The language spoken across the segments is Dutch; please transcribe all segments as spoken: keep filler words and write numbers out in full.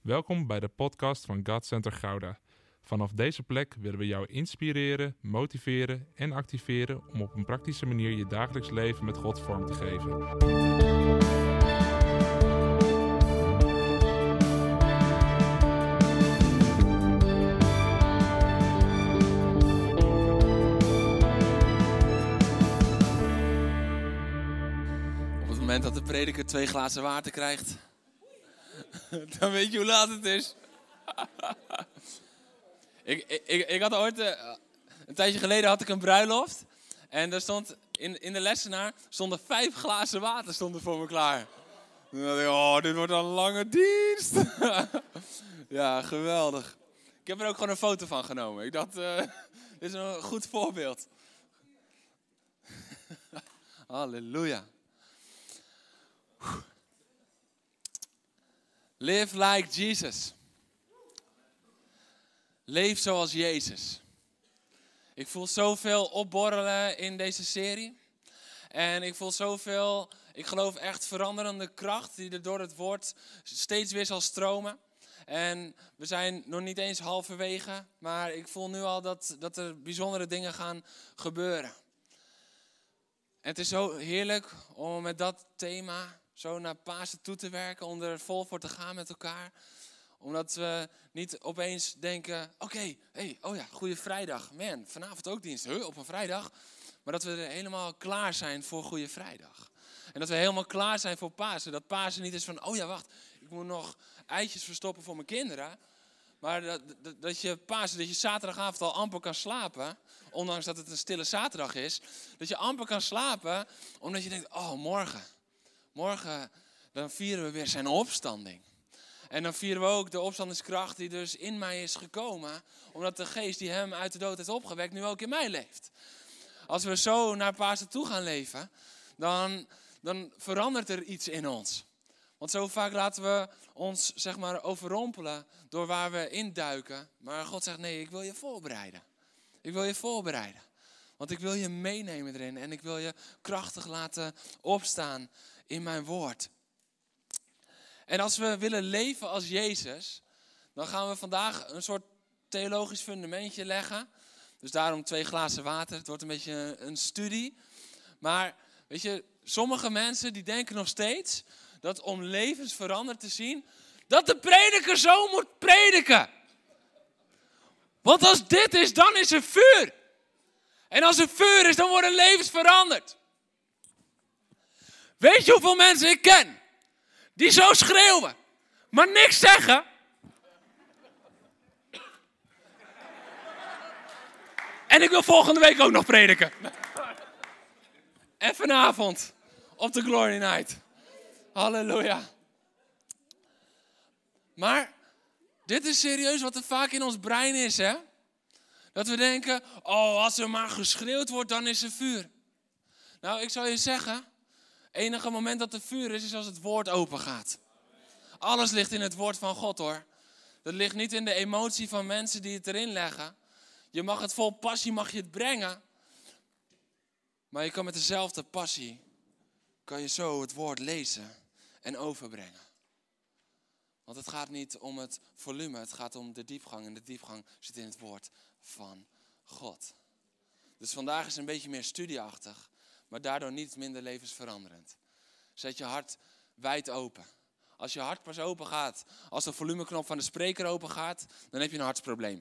Welkom bij de podcast van God Center Gouda. Vanaf deze plek willen we jou inspireren, motiveren en activeren om op een praktische manier je dagelijks leven met God vorm te geven. Op het moment dat de prediker twee glazen water krijgt, dan weet je hoe laat het is. ik, ik, ik had ooit, uh, een tijdje geleden had ik een bruiloft. En daar stond, in, in de lessenaar stonden vijf glazen water stonden voor me klaar. Toen dacht ik, oh, dit wordt een lange dienst. Ja, geweldig. Ik heb er ook gewoon een foto van genomen. Ik dacht, uh, dit is een goed voorbeeld. Halleluja. Live like Jesus. Leef zoals Jezus. Ik voel zoveel opborrelen in deze serie. En ik voel zoveel, ik geloof echt veranderende kracht die er door het woord steeds weer zal stromen. En we zijn nog niet eens halverwege, maar ik voel nu al dat, dat er bijzondere dingen gaan gebeuren. En het is zo heerlijk om met dat thema zo naar Pasen toe te werken, om er vol voor te gaan met elkaar. Omdat we niet opeens denken, oké, okay, hey, oh ja, Goede Vrijdag. Man, vanavond ook dienst, huh, op een vrijdag. Maar dat we er helemaal klaar zijn voor Goede Vrijdag. En dat we helemaal klaar zijn voor Pasen. Dat Pasen niet is van, oh ja, wacht, ik moet nog eitjes verstoppen voor mijn kinderen. Maar dat, dat, dat je Pasen, dat je zaterdagavond al amper kan slapen, ondanks dat het een stille zaterdag is. Dat je amper kan slapen, omdat je denkt, oh, morgen. Morgen, dan vieren we weer zijn opstanding. En dan vieren we ook de opstandingskracht die dus in mij is gekomen. Omdat de geest die hem uit de dood heeft opgewekt nu ook in mij leeft. Als we zo naar Pasen toe gaan leven, dan, dan verandert er iets in ons. Want zo vaak laten we ons zeg maar overrompelen door waar we induiken. Maar God zegt, nee, ik wil je voorbereiden. Ik wil je voorbereiden. Want ik wil je meenemen erin en ik wil je krachtig laten opstaan in mijn woord. En als we willen leven als Jezus, dan gaan we vandaag een soort theologisch fundamentje leggen. Dus daarom twee glazen water. Het wordt een beetje een studie. Maar weet je, sommige mensen die denken nog steeds dat om levensveranderd te zien, dat de prediker zo moet prediken. Want als dit is, dan is er vuur. En als er vuur is, dan worden levens veranderd. Weet je hoeveel mensen ik ken die zo schreeuwen, maar niks zeggen? En ik wil volgende week ook nog prediken. En vanavond op de Glory Night. Halleluja. Maar dit is serieus wat er vaak in ons brein is, hè? Dat we denken, oh, als er maar geschreeuwd wordt, dan is er vuur. Nou, ik zou je zeggen, enige moment dat er vuur is, is als het woord open gaat. Alles ligt in het woord van God, hoor. Dat ligt niet in de emotie van mensen die het erin leggen. Je mag het vol passie, mag je het brengen. Maar je kan met dezelfde passie, kan je zo het woord lezen en overbrengen. Want het gaat niet om het volume, het gaat om de diepgang. En de diepgang zit in het woord van God. Dus vandaag is een beetje meer studieachtig, maar daardoor niet minder levensveranderend. Zet je hart wijd open. Als je hart pas open gaat, als de volumeknop van de spreker open gaat, dan heb je een hartsprobleem.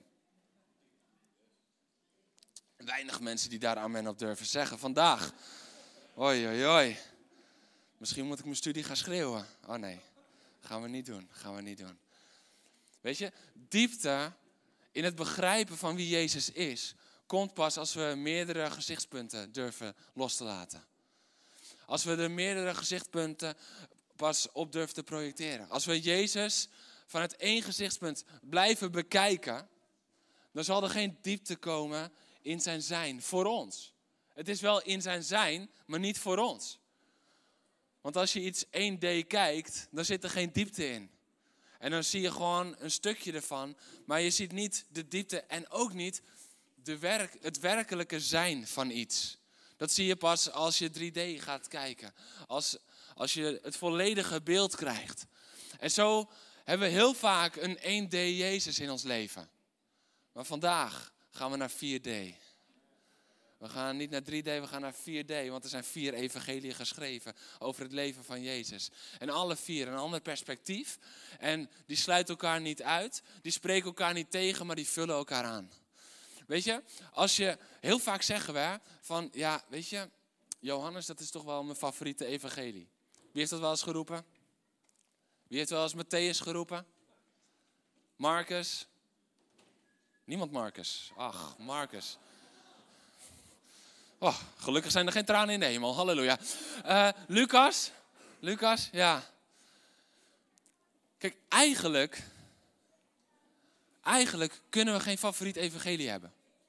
Weinig mensen die daar amen op durven zeggen. Vandaag, oi oi oi. Misschien moet ik mijn studie gaan schreeuwen. Oh nee, gaan we niet doen, gaan we niet doen. Weet je, diepte in het begrijpen van wie Jezus is, komt pas als we meerdere gezichtspunten durven los te laten. Als we er meerdere gezichtspunten pas op durven te projecteren. Als we Jezus vanuit één gezichtspunt blijven bekijken, dan zal er geen diepte komen in zijn zijn voor ons. Het is wel in zijn zijn, maar niet voor ons. Want als je iets één D kijkt, dan zit er geen diepte in. En dan zie je gewoon een stukje ervan, maar je ziet niet de diepte en ook niet de werk, het werkelijke zijn van iets. Dat zie je pas als je drie D gaat kijken. Als, als je het volledige beeld krijgt. En zo hebben we heel vaak een één D Jezus in ons leven. Maar vandaag gaan we naar vier D. We gaan niet naar drie D, we gaan naar vier D. Want er zijn vier evangeliën geschreven over het leven van Jezus. En alle vier een ander perspectief. En die sluiten elkaar niet uit. Die spreken elkaar niet tegen, maar die vullen elkaar aan. Weet je, als je, heel vaak zeggen we van, ja, weet je, Johannes, dat is toch wel mijn favoriete evangelie. Wie heeft dat wel eens geroepen? Wie heeft wel eens Matthäus geroepen? Marcus? Niemand Marcus. Ach, Marcus. Oh, gelukkig zijn er geen tranen in de hemel. Halleluja. Uh, Lucas? Lucas, ja. Kijk, eigenlijk, eigenlijk kunnen we geen favoriet evangelie hebben.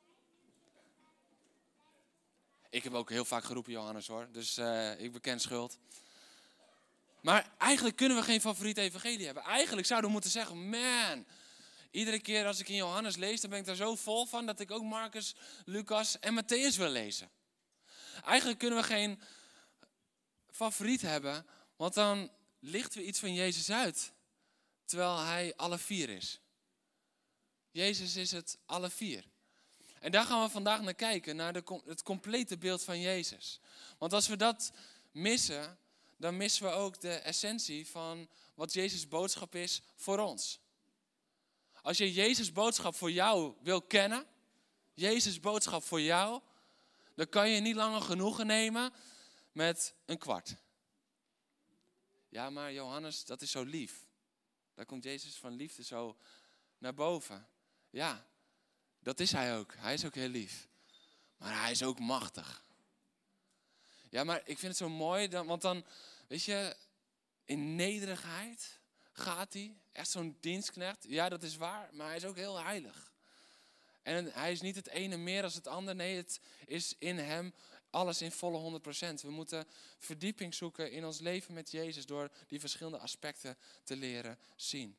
Ik heb ook heel vaak geroepen Johannes hoor, dus uh, ik beken schuld. Maar eigenlijk kunnen we geen favoriet evangelie hebben. Eigenlijk zouden we moeten zeggen, man, iedere keer als ik in Johannes lees, dan ben ik daar zo vol van dat ik ook Marcus, Lucas en Matthäus wil lezen. Eigenlijk kunnen we geen favoriet hebben, want dan lichten we iets van Jezus uit. Terwijl hij alle vier is. Jezus is het alle vier. En daar gaan we vandaag naar kijken, naar de, het complete beeld van Jezus. Want als we dat missen, dan missen we ook de essentie van wat Jezus' boodschap is voor ons. Als je Jezus' boodschap voor jou wil kennen, Jezus' boodschap voor jou, dan kan je niet langer genoegen nemen met een kwart. Ja, maar Johannes, dat is zo lief. Daar komt Jezus van liefde zo naar boven. Ja, dat is hij ook. Hij is ook heel lief. Maar hij is ook machtig. Ja, maar ik vind het zo mooi, dan, want dan, weet je, in nederigheid gaat hij. Echt zo'n dienstknecht. Ja, dat is waar, maar hij is ook heel heilig. En hij is niet het ene meer als het ander. Nee, het is in hem alles in volle honderd procent. We moeten verdieping zoeken in ons leven met Jezus door die verschillende aspecten te leren zien.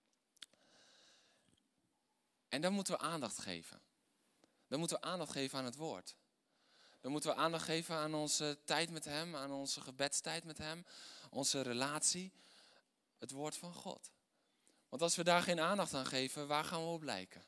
En dan moeten we aandacht geven. Dan moeten we aandacht geven aan het woord. Dan moeten we aandacht geven aan onze tijd met hem, aan onze gebedstijd met hem, onze relatie, het woord van God. Want als we daar geen aandacht aan geven, waar gaan we op lijken?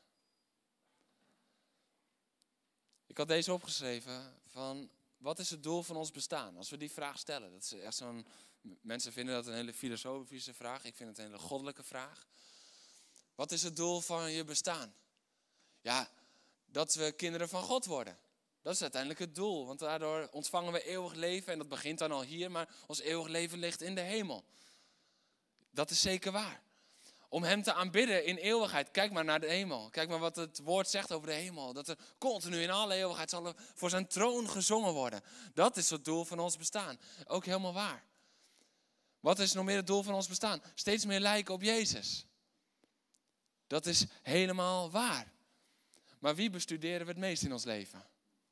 Ik had deze opgeschreven van, wat is het doel van ons bestaan? Als we die vraag stellen, dat is echt zo'n, mensen vinden dat een hele filosofische vraag, ik vind het een hele goddelijke vraag. Wat is het doel van je bestaan? Ja, dat we kinderen van God worden. Dat is uiteindelijk het doel, want daardoor ontvangen we eeuwig leven en dat begint dan al hier, maar ons eeuwig leven ligt in de hemel. Dat is zeker waar. Om hem te aanbidden in eeuwigheid. Kijk maar naar de hemel. Kijk maar wat het woord zegt over de hemel. Dat er continu in alle eeuwigheid zal er voor zijn troon gezongen worden. Dat is het doel van ons bestaan. Ook helemaal waar. Wat is nog meer het doel van ons bestaan? Steeds meer lijken op Jezus. Dat is helemaal waar. Maar wie bestuderen we het meest in ons leven?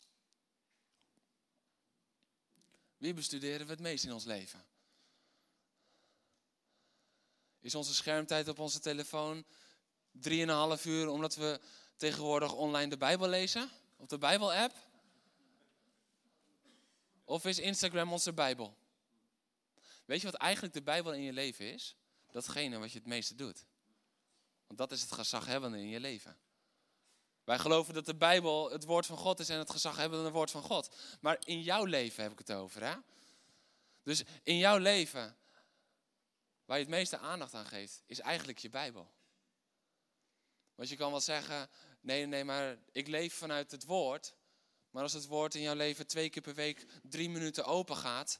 Wie bestuderen we het meest in ons leven? Is onze schermtijd op onze telefoon drieënhalf uur omdat we tegenwoordig online de Bijbel lezen? Op de Bijbel-app? Of is Instagram onze Bijbel? Weet je wat eigenlijk de Bijbel in je leven is? Datgene wat je het meeste doet. Want dat is het gezaghebbende in je leven. Wij geloven dat de Bijbel het woord van God is en het gezaghebbende woord van God. Maar in jouw leven heb ik het over, hè? Dus in jouw leven, waar je het meeste aandacht aan geeft, is eigenlijk je Bijbel. Want je kan wel zeggen, nee, nee, maar ik leef vanuit het woord. Maar als het woord in jouw leven twee keer per week drie minuten open gaat.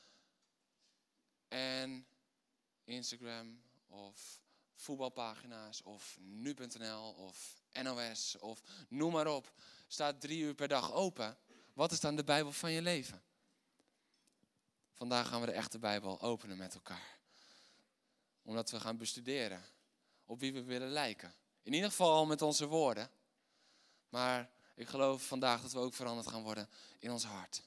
En Instagram of voetbalpagina's of nu punt n l of N O S of noem maar op, staat drie uur per dag open. Wat is dan de Bijbel van je leven? Vandaag gaan we de echte Bijbel openen met elkaar. Omdat we gaan bestuderen op wie we willen lijken. In ieder geval al met onze woorden. Maar ik geloof vandaag dat we ook veranderd gaan worden in ons hart.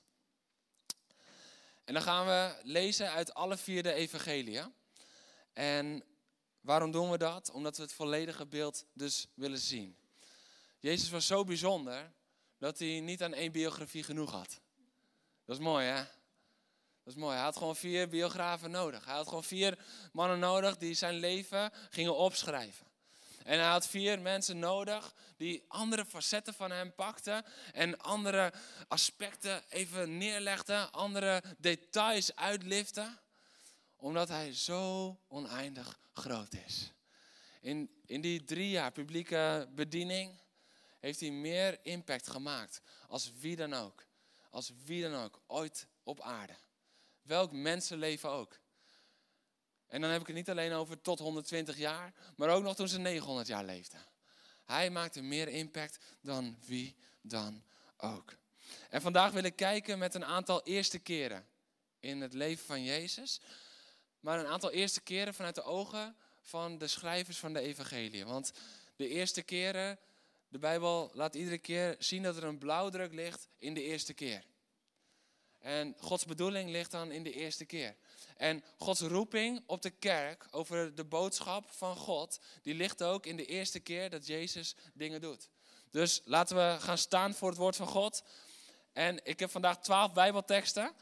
En dan gaan we lezen uit alle vier de evangeliën. En waarom doen we dat? Omdat we het volledige beeld dus willen zien. Jezus was zo bijzonder dat hij niet aan één biografie genoeg had. Dat is mooi, hè? Dat is mooi. Hij had gewoon vier biografen nodig. Hij had gewoon vier mannen nodig die zijn leven gingen opschrijven. En hij had vier mensen nodig die andere facetten van hem pakten en andere aspecten even neerlegden, andere details uitliften, omdat hij zo oneindig groot is. In, in die drie jaar publieke bediening heeft hij meer impact gemaakt als wie dan ook. Als wie dan ook, ooit op aarde. Welk mensenleven ook. En dan heb ik het niet alleen over tot honderdtwintig jaar, maar ook nog toen ze negenhonderd jaar leefden. Hij maakte meer impact dan wie dan ook. En vandaag wil ik kijken met een aantal eerste keren in het leven van Jezus. Maar een aantal eerste keren vanuit de ogen van de schrijvers van de evangelie. Want de eerste keren, de Bijbel laat iedere keer zien dat er een blauwdruk ligt in de eerste keer. En Gods bedoeling ligt dan in de eerste keer. En Gods roeping op de kerk over de boodschap van God, die ligt ook in de eerste keer dat Jezus dingen doet. Dus laten we gaan staan voor het woord van God. En ik heb vandaag twaalf Bijbelteksten.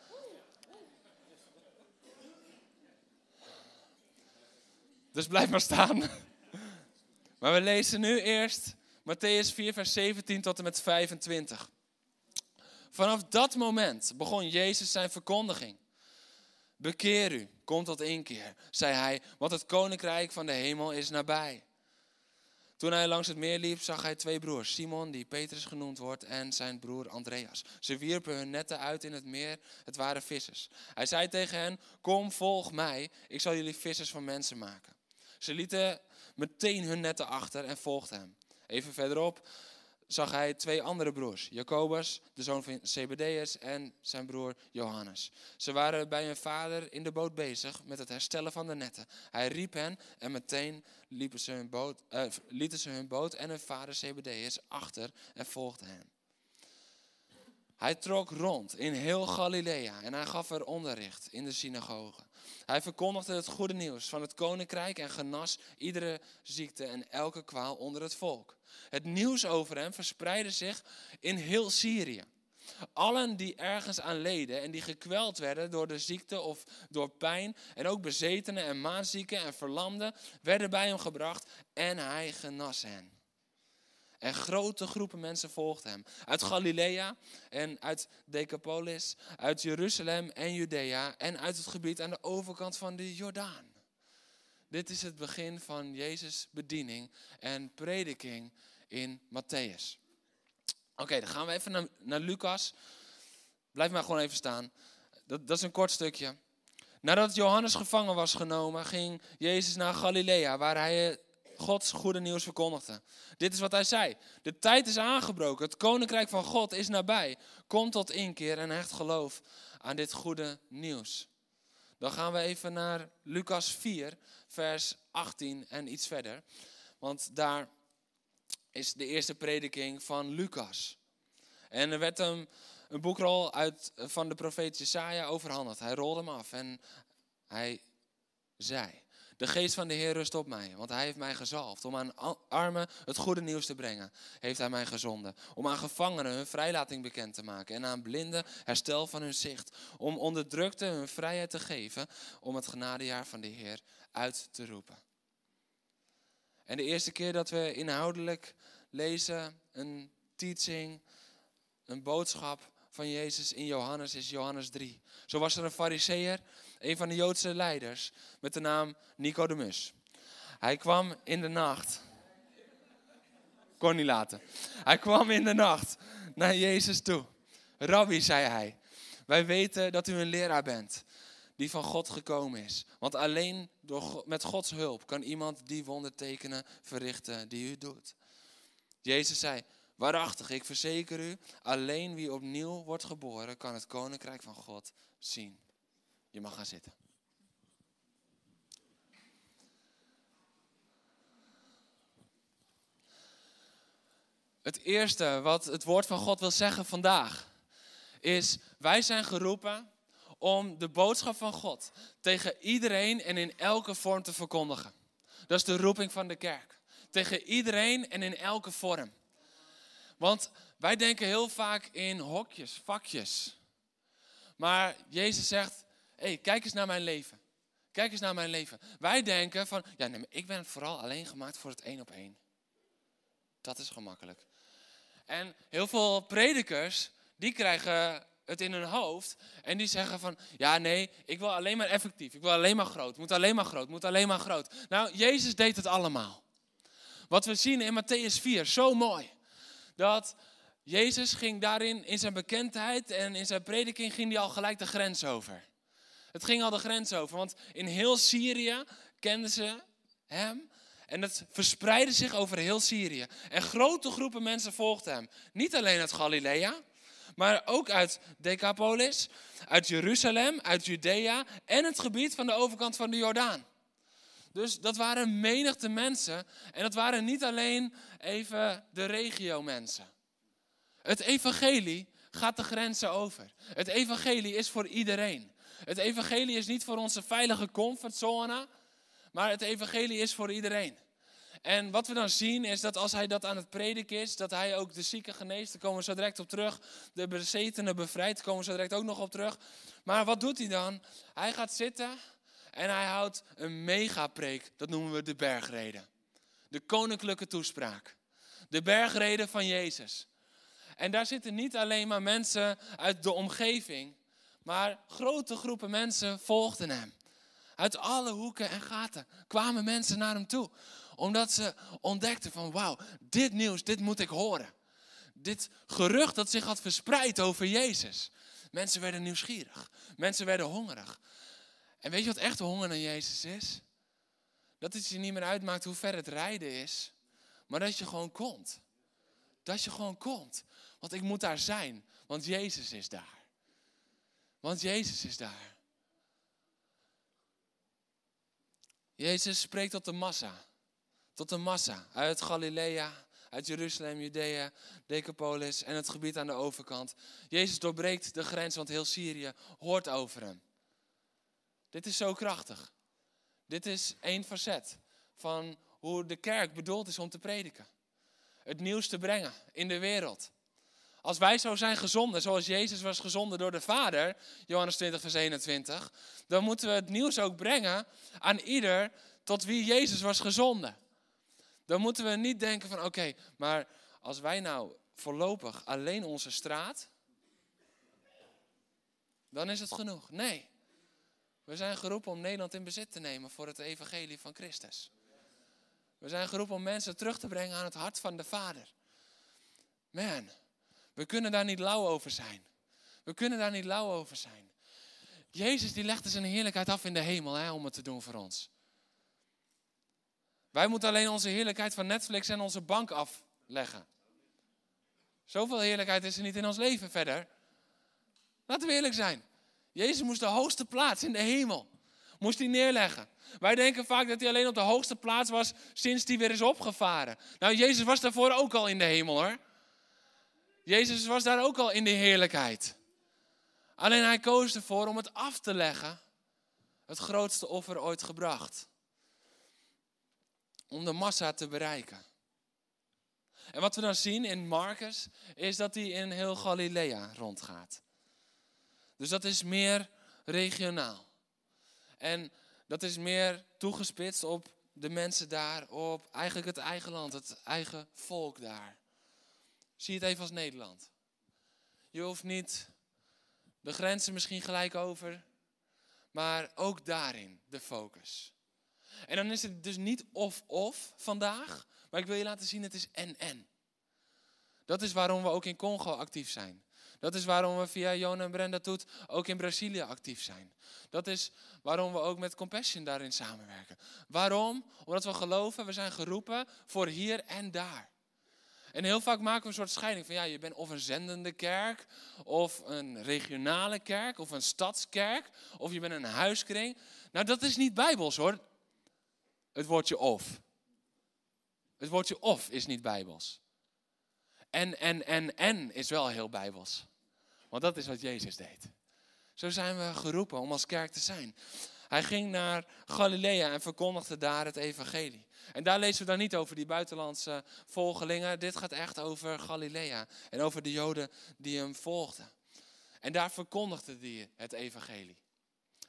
Dus blijf maar staan. Maar we lezen nu eerst Mattheüs vier vers zeventien tot en met vijfentwintig. Vanaf dat moment begon Jezus zijn verkondiging. Bekeer u, kom tot inkeer, zei hij, want het koninkrijk van de hemel is nabij. Toen hij langs het meer liep, zag hij twee broers, Simon, die Petrus genoemd wordt, en zijn broer Andreas. Ze wierpen hun netten uit in het meer, het waren vissers. Hij zei tegen hen, kom, volg mij, ik zal jullie vissers van mensen maken. Ze lieten meteen hun netten achter en volgden hem. Even verderop zag hij twee andere broers, Jacobus, de zoon van Zebedeus, en zijn broer Johannes. Ze waren bij hun vader in de boot bezig met het herstellen van de netten. Hij riep hen en meteen liepen ze hun boot, uh, lieten ze hun boot en hun vader Zebedeus achter en volgden hen. Hij trok rond in heel Galilea en hij gaf er onderricht in de synagogen. Hij verkondigde het goede nieuws van het koninkrijk en genas iedere ziekte en elke kwaal onder het volk. Het nieuws over hem verspreidde zich in heel Syrië. Allen die ergens aan leden en die gekweld werden door de ziekte of door pijn, en ook bezetenen en maanzieken en verlamden, werden bij hem gebracht en hij genas hen. En grote groepen mensen volgden hem. Uit Galilea en uit Decapolis, uit Jeruzalem en Judea en uit het gebied aan de overkant van de Jordaan. Dit is het begin van Jezus' bediening en prediking in Mattheüs. Oké, okay, dan gaan we even naar, naar Lucas. Blijf maar gewoon even staan. Dat, dat is een kort stukje. Nadat Johannes gevangen was genomen, ging Jezus naar Galilea, waar hij Gods goede nieuws verkondigde. Dit is wat hij zei. De tijd is aangebroken. Het koninkrijk van God is nabij. Kom tot inkeer en hecht geloof aan dit goede nieuws. Dan gaan we even naar Lucas vier, vers achttien en iets verder. Want daar is de eerste prediking van Lucas. En er werd hem een boekrol uit, van de profeet Jesaja overhandigd. Hij rolde hem af en hij zei: de geest van de Heer rust op mij, want hij heeft mij gezalfd. Om aan armen het goede nieuws te brengen, heeft hij mij gezonden. Om aan gevangenen hun vrijlating bekend te maken. En aan blinden herstel van hun zicht. Om onderdrukten hun vrijheid te geven. Om het genadejaar van de Heer uit te roepen. En de eerste keer dat we inhoudelijk lezen een teaching, een boodschap van Jezus in Johannes is Johannes drie. Zo was er een Farizeeër, een van de Joodse leiders, met de naam Nicodemus. Hij kwam in de nacht. Kon niet laten. Hij kwam in de nacht naar Jezus toe. Rabbi, zei hij, wij weten dat u een leraar bent die van God gekomen is. Want alleen door, met Gods hulp kan iemand die wondertekenen verrichten die u doet. Jezus zei: waarachtig, ik verzeker u, alleen wie opnieuw wordt geboren kan het koninkrijk van God zien. Je mag gaan zitten. Het eerste wat het woord van God wil zeggen vandaag is: wij zijn geroepen om de boodschap van God tegen iedereen en in elke vorm te verkondigen. Dat is de roeping van de kerk. Tegen iedereen en in elke vorm. Want wij denken heel vaak in hokjes, vakjes. Maar Jezus zegt, hey, kijk eens naar mijn leven. Kijk eens naar mijn leven. Wij denken van, ja, nee, maar ik ben vooral alleen gemaakt voor het één op één. Dat is gemakkelijk. En heel veel predikers, die krijgen het in hun hoofd. En die zeggen van, ja nee, ik wil alleen maar effectief. Ik wil alleen maar groot. Moet alleen maar groot. Moet alleen maar groot. Nou, Jezus deed het allemaal. Wat we zien in Mattheüs vier, zo mooi. Dat Jezus ging daarin, in zijn bekendheid en in zijn prediking, ging hij al gelijk de grens over. Het ging al de grens over, want in heel Syrië kenden ze hem. En het verspreidde zich over heel Syrië. En grote groepen mensen volgden hem. Niet alleen uit Galilea, maar ook uit Decapolis, uit Jeruzalem, uit Judea en het gebied van de overkant van de Jordaan. Dus dat waren menigte mensen. En dat waren niet alleen even de regio mensen. Het evangelie gaat de grenzen over. Het evangelie is voor iedereen. Het evangelie is niet voor onze veilige comfortzone, maar het evangelie is voor iedereen. En wat we dan zien is dat als hij dat aan het prediken is, dat hij ook de zieken geneest. Daar komen we zo direct op terug. De bezetenen bevrijdt, daar komen we zo direct ook nog op terug. Maar wat doet hij dan? Hij gaat zitten en hij houdt een megapreek. Dat noemen we de bergrede. De koninklijke toespraak. De bergrede van Jezus. En daar zitten niet alleen maar mensen uit de omgeving, maar grote groepen mensen volgden hem. Uit alle hoeken en gaten kwamen mensen naar hem toe. Omdat ze ontdekten van wauw, dit nieuws, dit moet ik horen. Dit gerucht dat zich had verspreid over Jezus. Mensen werden nieuwsgierig. Mensen werden hongerig. En weet je wat echt honger naar Jezus is? Dat het je niet meer uitmaakt hoe ver het rijden is. Maar dat je gewoon komt. Dat je gewoon komt. Want ik moet daar zijn. Want Jezus is daar. Want Jezus is daar. Jezus spreekt tot de massa. Tot de massa. Uit Galilea, uit Jeruzalem, Judea, Decapolis en het gebied aan de overkant. Jezus doorbreekt de grens, want heel Syrië hoort over hem. Dit is zo krachtig. Dit is één facet van hoe de kerk bedoeld is om te prediken. Het nieuws te brengen in de wereld. Als wij zo zijn gezonden, zoals Jezus was gezonden door de Vader, Johannes twintig vers eenentwintig, dan moeten we het nieuws ook brengen aan ieder tot wie Jezus was gezonden. Dan moeten we niet denken van oké, okay, maar als wij nou voorlopig alleen onze straat, dan is het genoeg. Nee, we zijn geroepen om Nederland in bezit te nemen voor het evangelie van Christus. We zijn geroepen om mensen terug te brengen aan het hart van de Vader. Man, we kunnen daar niet lauw over zijn. We kunnen daar niet lauw over zijn. Jezus die legde zijn heerlijkheid af in de hemel hè, om het te doen voor ons. Wij moeten alleen onze heerlijkheid van Netflix en onze bank afleggen. Zoveel heerlijkheid is er niet in ons leven verder. Laten we eerlijk zijn. Jezus moest de hoogste plaats in de hemel. Moest hij neerleggen. Wij denken vaak dat hij alleen op de hoogste plaats was sinds hij weer is opgevaren. Nou, Jezus was daarvoor ook al in de hemel hoor. Jezus was daar ook al in de heerlijkheid. Alleen hij koos ervoor om het af te leggen. Het grootste offer ooit gebracht. Om de massa te bereiken. En wat we dan zien in Marcus is dat hij in heel Galilea rondgaat. Dus dat is meer regionaal. En dat is meer toegespitst op de mensen daar, op eigenlijk het eigen land, het eigen volk daar. Zie het even als Nederland. Je hoeft niet de grenzen misschien gelijk over, maar ook daarin de focus. En dan is het dus niet of-of vandaag, maar ik wil je laten zien, het is en-en. Dat is waarom we ook in Congo actief zijn. Dat is waarom we via Jona en Brenda Toet ook in Brazilië actief zijn. Dat is waarom we ook met Compassion daarin samenwerken. Waarom? Omdat we geloven, we zijn geroepen voor hier en daar. En heel vaak maken we een soort scheiding van ja, je bent of een zendende kerk, of een regionale kerk, of een stadskerk, of je bent een huiskring. Nou, dat is niet bijbels hoor. Het woordje of. Het woordje of is niet bijbels. En, en, en, en is wel heel bijbels. Want dat is wat Jezus deed. Zo zijn we geroepen om als kerk te zijn. Hij ging naar Galilea en verkondigde daar het evangelie. En daar lezen we dan niet over die buitenlandse volgelingen. Dit gaat echt over Galilea. En over de Joden die hem volgden. En daar verkondigde hij het evangelie.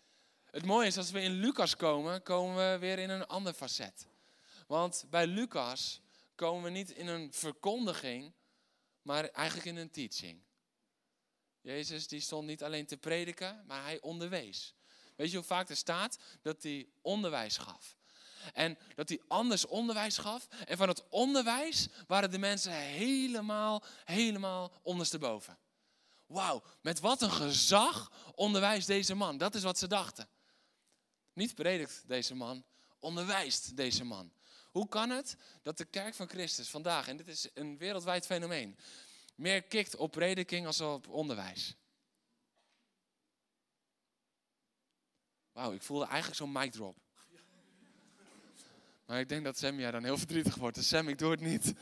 Het mooie is, als we in Lucas komen, komen we weer in een ander facet. Want bij Lucas komen we niet in een verkondiging, maar eigenlijk in een teaching. Jezus die stond niet alleen te prediken, maar hij onderwees. Weet je hoe vaak er staat? Dat hij onderwijs gaf. En dat hij anders onderwijs gaf. En van het onderwijs waren de mensen helemaal, helemaal ondersteboven. Wauw, met wat een gezag onderwijst deze man. Dat is wat ze dachten. Niet predikt deze man, onderwijst deze man. Hoe kan het dat de kerk van Christus vandaag, en dit is een wereldwijd fenomeen, meer kikt op prediking als op onderwijs? Wauw, ik voelde eigenlijk zo'n mic drop. Maar ik denk dat Sam ja dan heel verdrietig wordt. Dus Sam, ik doe het niet.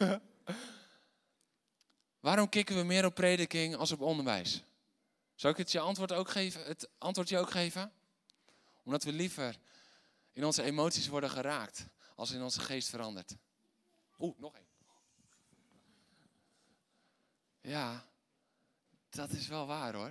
Waarom kikken we meer op prediking als op onderwijs? Zou ik het je antwoord ook geven? Het antwoord je ook geven? Omdat we liever in onze emoties worden geraakt als in onze geest verandert. Oeh, nog één. Ja, dat is wel waar hoor.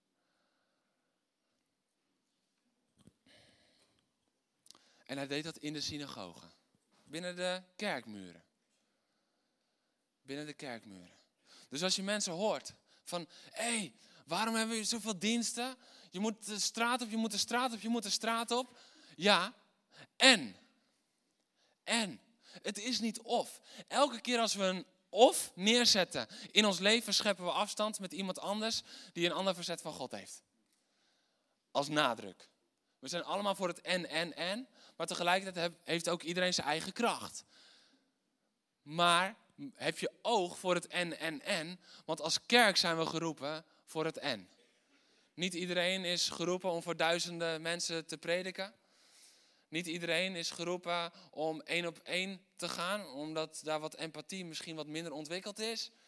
En hij deed dat in de synagoge. Binnen de kerkmuren. Binnen de kerkmuren. Dus als je mensen hoort van, hé, hey, waarom hebben we zoveel diensten? Je moet de straat op, je moet de straat op, je moet de straat op. Ja, en. En. Het is niet of. Elke keer als we een of neerzetten in ons leven, scheppen we afstand met iemand anders die een ander verzet van God heeft. Als nadruk. We zijn allemaal voor het en, en, en. Maar tegelijkertijd heeft ook iedereen zijn eigen kracht. Maar heb je oog voor het en, en, en. Want als kerk zijn we geroepen voor het en. Niet iedereen is geroepen om voor duizenden mensen te prediken. Niet iedereen is geroepen om één op één te gaan. Omdat daar wat empathie misschien wat minder ontwikkeld is. Dat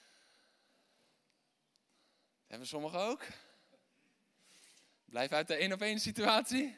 hebben sommigen ook. Blijf uit de één op één situatie.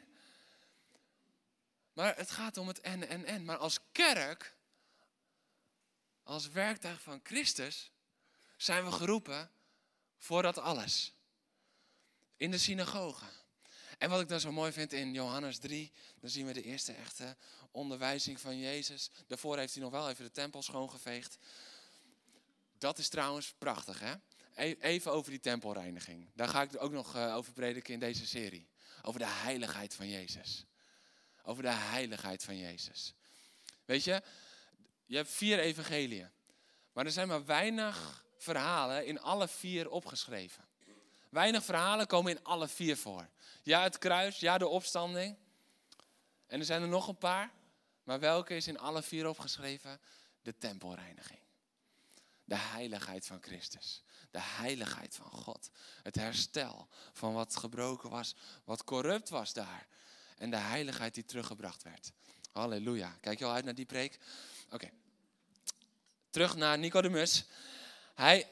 Maar het gaat om het en, en, en. Maar als kerk, als werktuig van Christus, zijn we geroepen voor dat alles. In de synagoge. En wat ik dan zo mooi vind in Johannes drie, dan zien we de eerste echte onderwijzing van Jezus. Daarvoor heeft hij nog wel even de tempel schoongeveegd. Dat is trouwens prachtig, hè? Even over die tempelreiniging. Daar ga ik ook nog over prediken in deze serie. Over de heiligheid van Jezus. Over de heiligheid van Jezus. Weet je, je hebt vier evangeliën. Maar er zijn maar weinig verhalen in alle vier opgeschreven. Weinig verhalen komen in alle vier voor. Ja, het kruis, ja, de opstanding. En er zijn er nog een paar. Maar welke is in alle vier opgeschreven? De tempelreiniging. De heiligheid van Christus. De heiligheid van God. Het herstel van wat gebroken was, wat corrupt was daar. En de heiligheid die teruggebracht werd. Halleluja. Kijk je al uit naar die preek? Oké. Okay. Terug naar Nicodemus. Hij,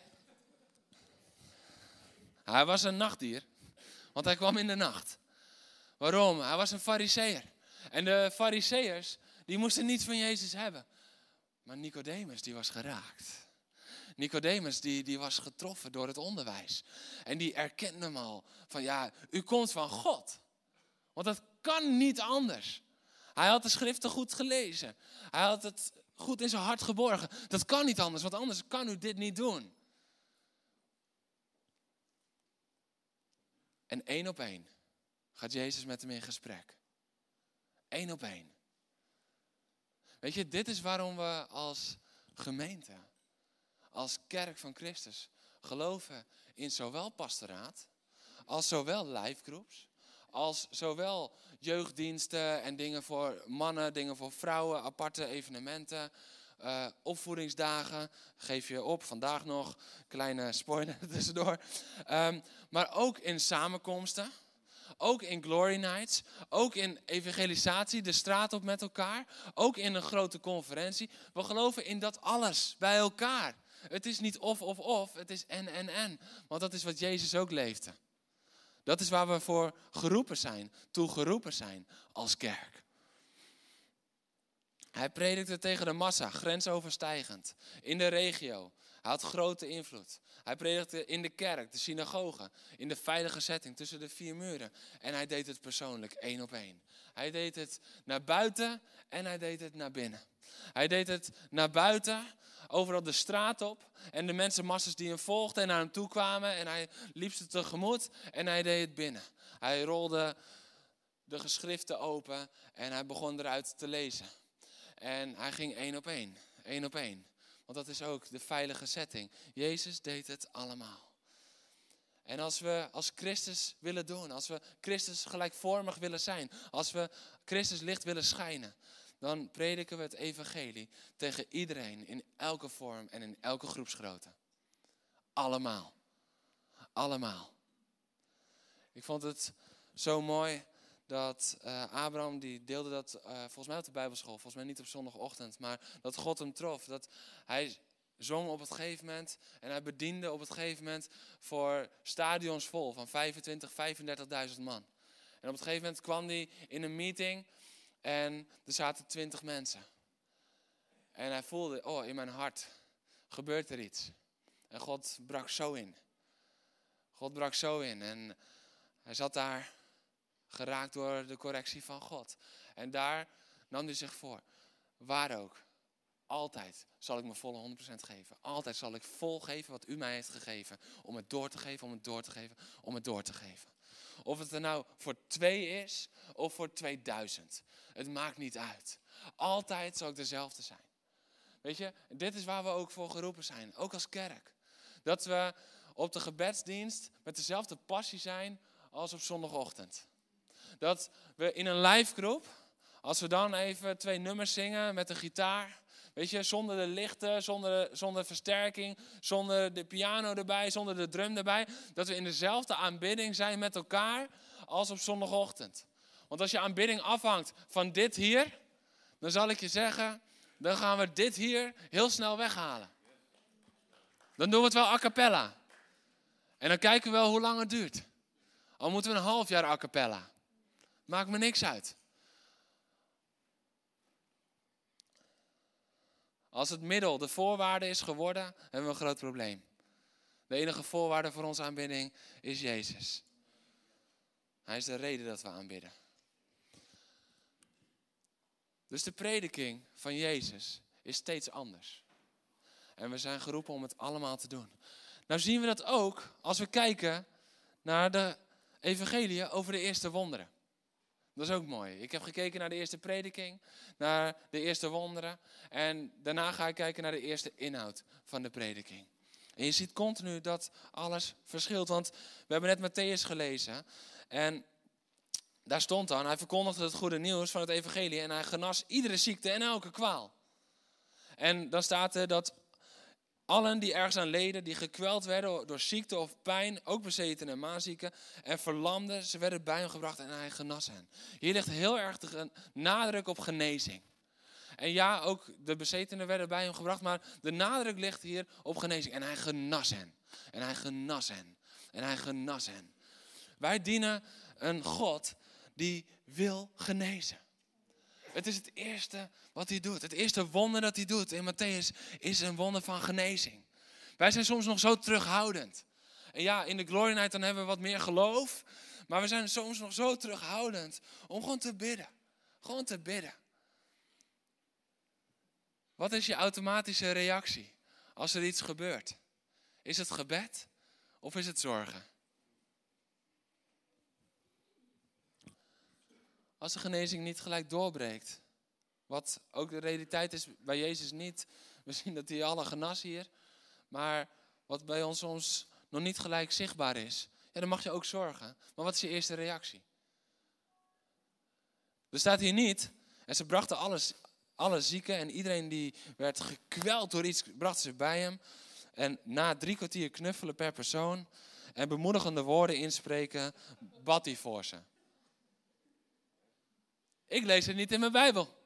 hij was een nachtdier. Want hij kwam in de nacht. Waarom? Hij was een fariseer. En de fariseërs, die moesten niets van Jezus hebben. Maar Nicodemus, die was geraakt. Nicodemus, die, die was getroffen door het onderwijs. En die erkende hem al. Van ja, u komt van God. Want dat kan niet anders. Hij had de schriften goed gelezen. Hij had het goed in zijn hart geborgen. Dat kan niet anders, want anders kan u dit niet doen. En één op één gaat Jezus met hem in gesprek. Eén op één. Weet je, dit is waarom we als gemeente, als kerk van Christus, geloven in zowel pastoraat, als zowel live-groups, als zowel jeugddiensten en dingen voor mannen, dingen voor vrouwen, aparte evenementen, uh, opvoedingsdagen. Geef je op, vandaag nog, kleine spoiler tussendoor. Um, maar ook in samenkomsten, ook in glory nights, ook in evangelisatie, de straat op met elkaar, ook in een grote conferentie. We geloven in dat alles bij elkaar. Het is niet of of of, het is en en en. Want dat is wat Jezus ook leefde. Dat is waar we voor geroepen zijn, toe geroepen zijn als kerk. Hij predikte tegen de massa, grensoverstijgend. In de regio. Hij had grote invloed. Hij predikte in de kerk, de synagoge. In de veilige setting tussen de vier muren. En hij deed het persoonlijk, één op één. Hij deed het naar buiten en hij deed het naar binnen. Hij deed het naar buiten, overal de straat op. En de mensenmasses die hem volgden en naar hem toe kwamen. En hij liep ze tegemoet en hij deed het binnen. Hij rolde de geschriften open en hij begon eruit te lezen. En hij ging één op één, één op één. Want dat is ook de veilige setting. Jezus deed het allemaal. En als we als Christus willen doen, als we Christus gelijkvormig willen zijn, als we Christus licht willen schijnen, dan prediken we het evangelie tegen iedereen in elke vorm en in elke groepsgrootte. Allemaal. Allemaal. Ik vond het zo mooi dat uh, Abraham, die deelde dat uh, volgens mij op de Bijbelschool, volgens mij niet op zondagochtend, maar dat God hem trof. Dat hij zong op het gegeven moment en hij bediende op het gegeven moment voor stadions vol van vijfentwintig, vijfendertigduizend man. En op het gegeven moment kwam hij in een meeting en er zaten twintig mensen. En hij voelde, oh, in mijn hart gebeurt er iets. En God brak zo in. God brak zo in en hij zat daar geraakt door de correctie van God. En daar nam hij zich voor. Waar ook. Altijd zal ik me volle honderd procent geven. Altijd zal ik vol geven wat u mij heeft gegeven. Om het door te geven, om het door te geven, om het door te geven. Of het er nou voor twee is of voor tweeduizend. Het maakt niet uit. Altijd zal ik dezelfde zijn. Weet je, dit is waar we ook voor geroepen zijn. Ook als kerk. Dat we op de gebedsdienst met dezelfde passie zijn als op zondagochtend. Dat we in een live groep, als we dan even twee nummers zingen met een gitaar. Weet je, zonder de lichten, zonder, zonder versterking, zonder de piano erbij, zonder de drum erbij. Dat we in dezelfde aanbidding zijn met elkaar als op zondagochtend. Want als je aanbidding afhangt van dit hier, dan zal ik je zeggen, dan gaan we dit hier heel snel weghalen. Dan doen we het wel a cappella. En dan kijken we wel hoe lang het duurt. Al moeten we een half jaar a cappella. Maakt me niks uit. Als het middel de voorwaarde is geworden, hebben we een groot probleem. De enige voorwaarde voor onze aanbidding is Jezus. Hij is de reden dat we aanbidden. Dus de prediking van Jezus is steeds anders. En we zijn geroepen om het allemaal te doen. Nou zien we dat ook als we kijken naar de evangelieën over de eerste wonderen. Dat is ook mooi. Ik heb gekeken naar de eerste prediking, naar de eerste wonderen. En daarna ga ik kijken naar de eerste inhoud van de prediking. En je ziet continu dat alles verschilt. Want we hebben net Mattheüs gelezen. En daar stond dan, hij verkondigde het goede nieuws van het evangelie. En hij genas iedere ziekte en elke kwaal. En dan staat er dat allen die ergens aan leden, die gekweld werden door ziekte of pijn, ook bezeten en maanzieken en verlamden, ze werden bij hem gebracht en hij genas hen. Hier ligt heel erg de nadruk op genezing. En ja, ook de bezetenen werden bij hem gebracht, maar de nadruk ligt hier op genezing. En hij genas hen. En hij genas hen. En hij genas hen. Wij dienen een God die wil genezen. Het is het eerste wat hij doet. Het eerste wonder dat hij doet in Mattheüs is een wonder van genezing. Wij zijn soms nog zo terughoudend. En ja, in de Glory Night dan hebben we wat meer geloof. Maar we zijn soms nog zo terughoudend om gewoon te bidden. Gewoon te bidden. Wat is je automatische reactie als er iets gebeurt? Is het gebed of is het zorgen? Als de genezing niet gelijk doorbreekt. Wat ook de realiteit is bij Jezus niet. We zien dat hij alle genas hier. Maar wat bij ons soms nog niet gelijk zichtbaar is. Ja, dan mag je ook zorgen. Maar wat is je eerste reactie? Er staat hier niet. En ze brachten alles, alle zieken en iedereen die werd gekweld door iets, brachten ze bij hem. En na drie kwartier knuffelen per persoon en bemoedigende woorden inspreken, bad hij voor ze. Ik lees het niet in mijn Bijbel.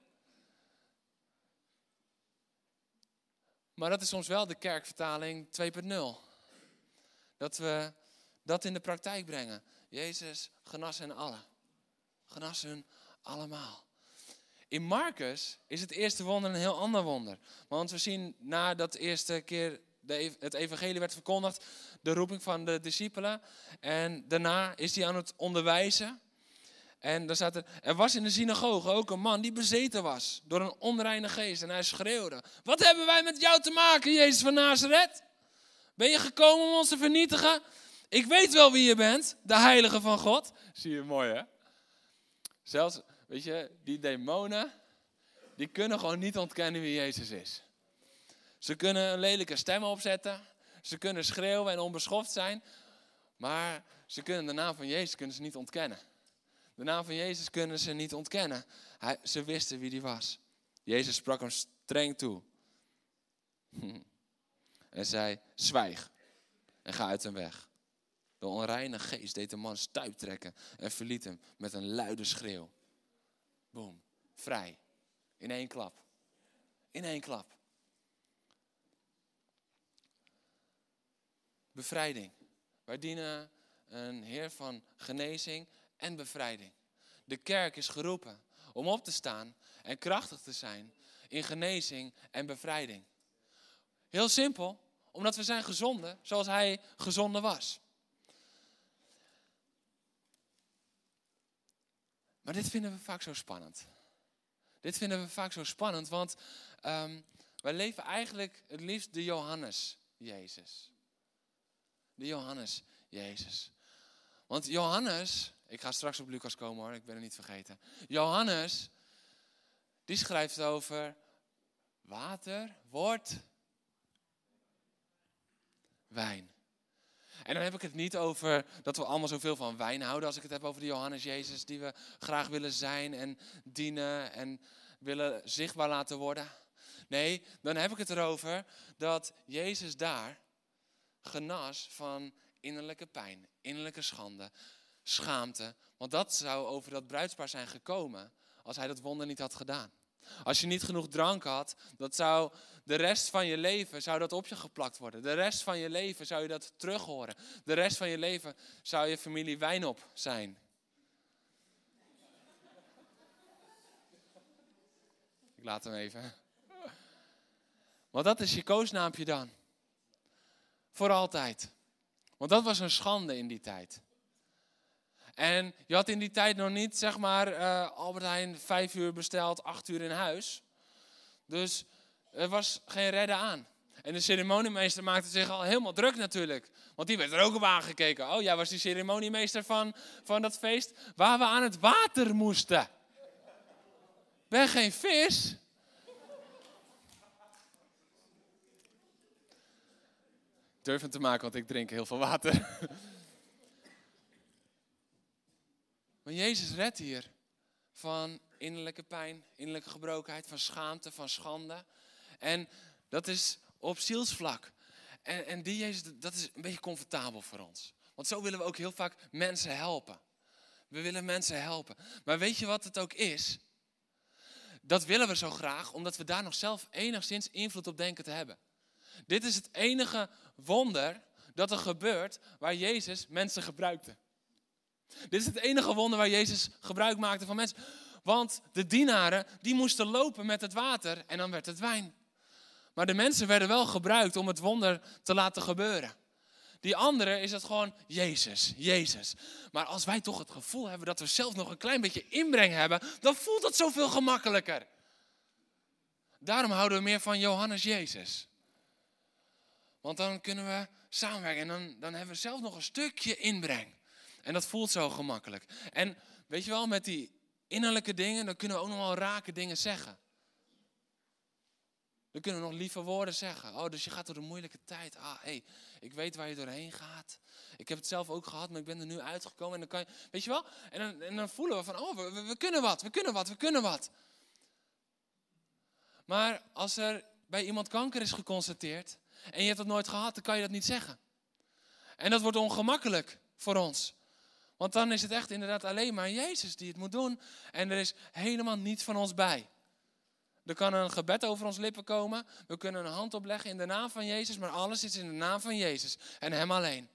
Maar dat is soms wel de kerkvertaling twee punt nul. Dat we dat in de praktijk brengen. Jezus genas hen allen. Genas hun allemaal. In Marcus is het eerste wonder een heel ander wonder. Want we zien nadat de eerste keer de, het evangelie werd verkondigd, de roeping van de discipelen. En daarna is hij aan het onderwijzen. En dan staat er, er was in de synagoge ook een man die bezeten was door een onreine geest. En hij schreeuwde, wat hebben wij met jou te maken, Jezus van Nazareth? Ben je gekomen om ons te vernietigen? Ik weet wel wie je bent, de heilige van God. Zie je, mooi hè? Zelfs, weet je, die demonen, die kunnen gewoon niet ontkennen wie Jezus is. Ze kunnen een lelijke stem opzetten. Ze kunnen schreeuwen en onbeschoft zijn. Maar ze kunnen de naam van Jezus kunnen ze niet ontkennen. De naam van Jezus kunnen ze niet ontkennen. Hij, ze wisten wie die was. Jezus sprak hem streng toe. En zei, zwijg en ga uit hem weg. De onreine geest deed de man stuiptrekken en verliet hem met een luide schreeuw. Boom, vrij. In één klap. In één klap. Bevrijding. Wij dienen een Heer van genezing en bevrijding. De kerk is geroepen om op te staan en krachtig te zijn in genezing en bevrijding. Heel simpel, omdat we zijn gezonden zoals hij gezonden was. Maar dit vinden we vaak zo spannend. Dit vinden we vaak zo spannend, want um, wij leven eigenlijk het liefst de Johannes Jezus. De Johannes Jezus. Want Johannes, ik ga straks op Lucas komen hoor, ik ben het niet vergeten. Johannes, die schrijft over water wordt wijn. En dan heb ik het niet over dat we allemaal zoveel van wijn houden. Als ik het heb over de Johannes Jezus die we graag willen zijn en dienen en willen zichtbaar laten worden. Nee, dan heb ik het erover dat Jezus daar genas van innerlijke pijn, innerlijke schande, schaamte. Want dat zou over dat bruidspaar zijn gekomen als hij dat wonder niet had gedaan. Als je niet genoeg drank had, dat zou de rest van je leven zou dat op je geplakt worden. De rest van je leven zou je dat terug horen. De rest van je leven zou je familie wijn op zijn. Ik laat hem even. Want dat is je koosnaampje dan. Voor altijd. Want dat was een schande in die tijd. En je had in die tijd nog niet, zeg maar, uh, Albert Heijn vijf uur besteld, acht uur in huis. Dus er was geen redden aan. En de ceremoniemeester maakte zich al helemaal druk natuurlijk. Want die werd er ook op aangekeken. Oh, jij was die ceremoniemeester van, van dat feest waar we aan het water moesten. Ben geen vis. Ik durf hem te maken, want ik drink heel veel water. Maar Jezus redt hier van innerlijke pijn, innerlijke gebrokenheid, van schaamte, van schande. En dat is op zielsvlak. En, en die Jezus, dat is een beetje comfortabel voor ons. Want zo willen we ook heel vaak mensen helpen. We willen mensen helpen. Maar weet je wat het ook is? Dat willen we zo graag, omdat we daar nog zelf enigszins invloed op denken te hebben. Dit is het enige wonder dat er gebeurt waar Jezus mensen gebruikte. Dit is het enige wonder waar Jezus gebruik maakte van mensen. Want de dienaren, die moesten lopen met het water en dan werd het wijn. Maar de mensen werden wel gebruikt om het wonder te laten gebeuren. Die anderen is het gewoon Jezus, Jezus. Maar als wij toch het gevoel hebben dat we zelf nog een klein beetje inbreng hebben, dan voelt dat zoveel gemakkelijker. Daarom houden we meer van Johannes Jezus. Want dan kunnen we samenwerken en dan, dan hebben we zelf nog een stukje inbreng. En dat voelt zo gemakkelijk. En weet je wel, met die innerlijke dingen, dan kunnen we ook nog wel rake dingen zeggen. Dan kunnen we nog lieve woorden zeggen. Oh, dus je gaat door de moeilijke tijd. Ah, hé, hey, ik weet waar je doorheen gaat. Ik heb het zelf ook gehad, maar ik ben er nu uitgekomen. En dan kan je, weet je wel? En dan, en dan voelen we van, oh, we, we kunnen wat, we kunnen wat, we kunnen wat. Maar als er bij iemand kanker is geconstateerd en je hebt dat nooit gehad, dan kan je dat niet zeggen. En dat wordt ongemakkelijk voor ons. Want dan is het echt inderdaad alleen maar Jezus die het moet doen. En er is helemaal niets van ons bij. Er kan een gebed over ons lippen komen. We kunnen een hand opleggen in de naam van Jezus. Maar alles is in de naam van Jezus. En hem alleen.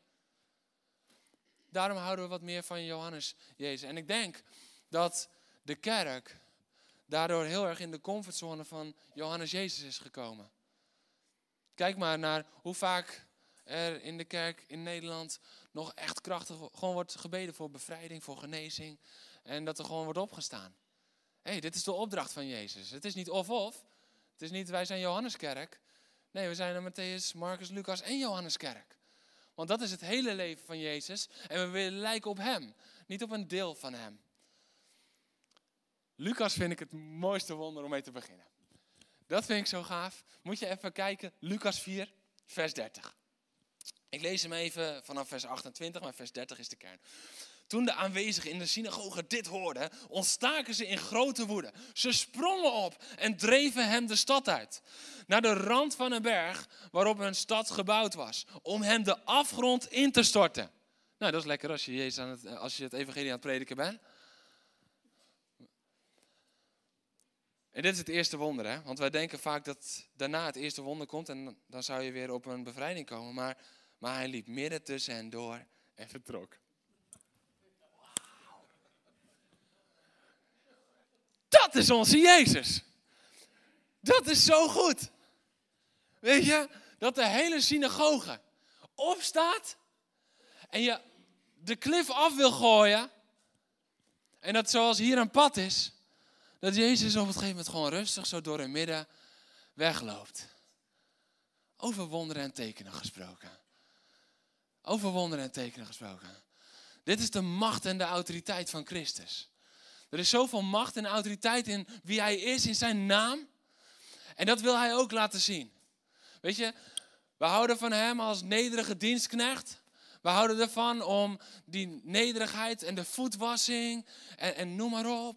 Daarom houden we wat meer van Johannes Jezus. En ik denk dat de kerk daardoor heel erg in de comfortzone van Johannes Jezus is gekomen. Kijk maar naar hoe vaak er in de kerk in Nederland nog echt krachtig gewoon wordt gebeden voor bevrijding, voor genezing. En dat er gewoon wordt opgestaan. Hé, hey, dit is de opdracht van Jezus. Het is niet of-of. Het is niet wij zijn Johanneskerk. Nee, we zijn een Matthäus, Marcus, Lucas en Johanneskerk. Want dat is het hele leven van Jezus. En we willen lijken op hem. Niet op een deel van hem. Lucas vind ik het mooiste wonder om mee te beginnen. Dat vind ik zo gaaf. Moet je even kijken. Lucas vier, vers dertig. Ik lees hem even vanaf vers achtentwintig, maar vers dertig is de kern. Toen de aanwezigen in de synagoge dit hoorden, ontstaken ze in grote woede. Ze sprongen op en dreven hem de stad uit. Naar de rand van een berg waarop hun stad gebouwd was. Om hem de afgrond in te storten. Nou, dat is lekker als je, Jezus aan het, als je het evangelie aan het prediken bent. En dit is het eerste wonder, hè? Want wij denken vaak dat daarna het eerste wonder komt en dan zou je weer op een bevrijding komen. Maar, maar hij liep midden tussen hen door en vertrok. Wauw. Dat is onze Jezus. Dat is zo goed. Weet je, dat de hele synagoge opstaat en je de klif af wil gooien. En dat zoals hier een pad is. Dat Jezus op een gegeven moment gewoon rustig zo door het midden wegloopt. Over wonderen en tekenen gesproken. Over wonderen en tekenen gesproken. Dit is de macht en de autoriteit van Christus. Er is zoveel macht en autoriteit in wie hij is, in zijn naam. En dat wil hij ook laten zien. Weet je, we houden van hem als nederige dienstknecht. We houden ervan om die nederigheid en de voetwassing en, en noem maar op.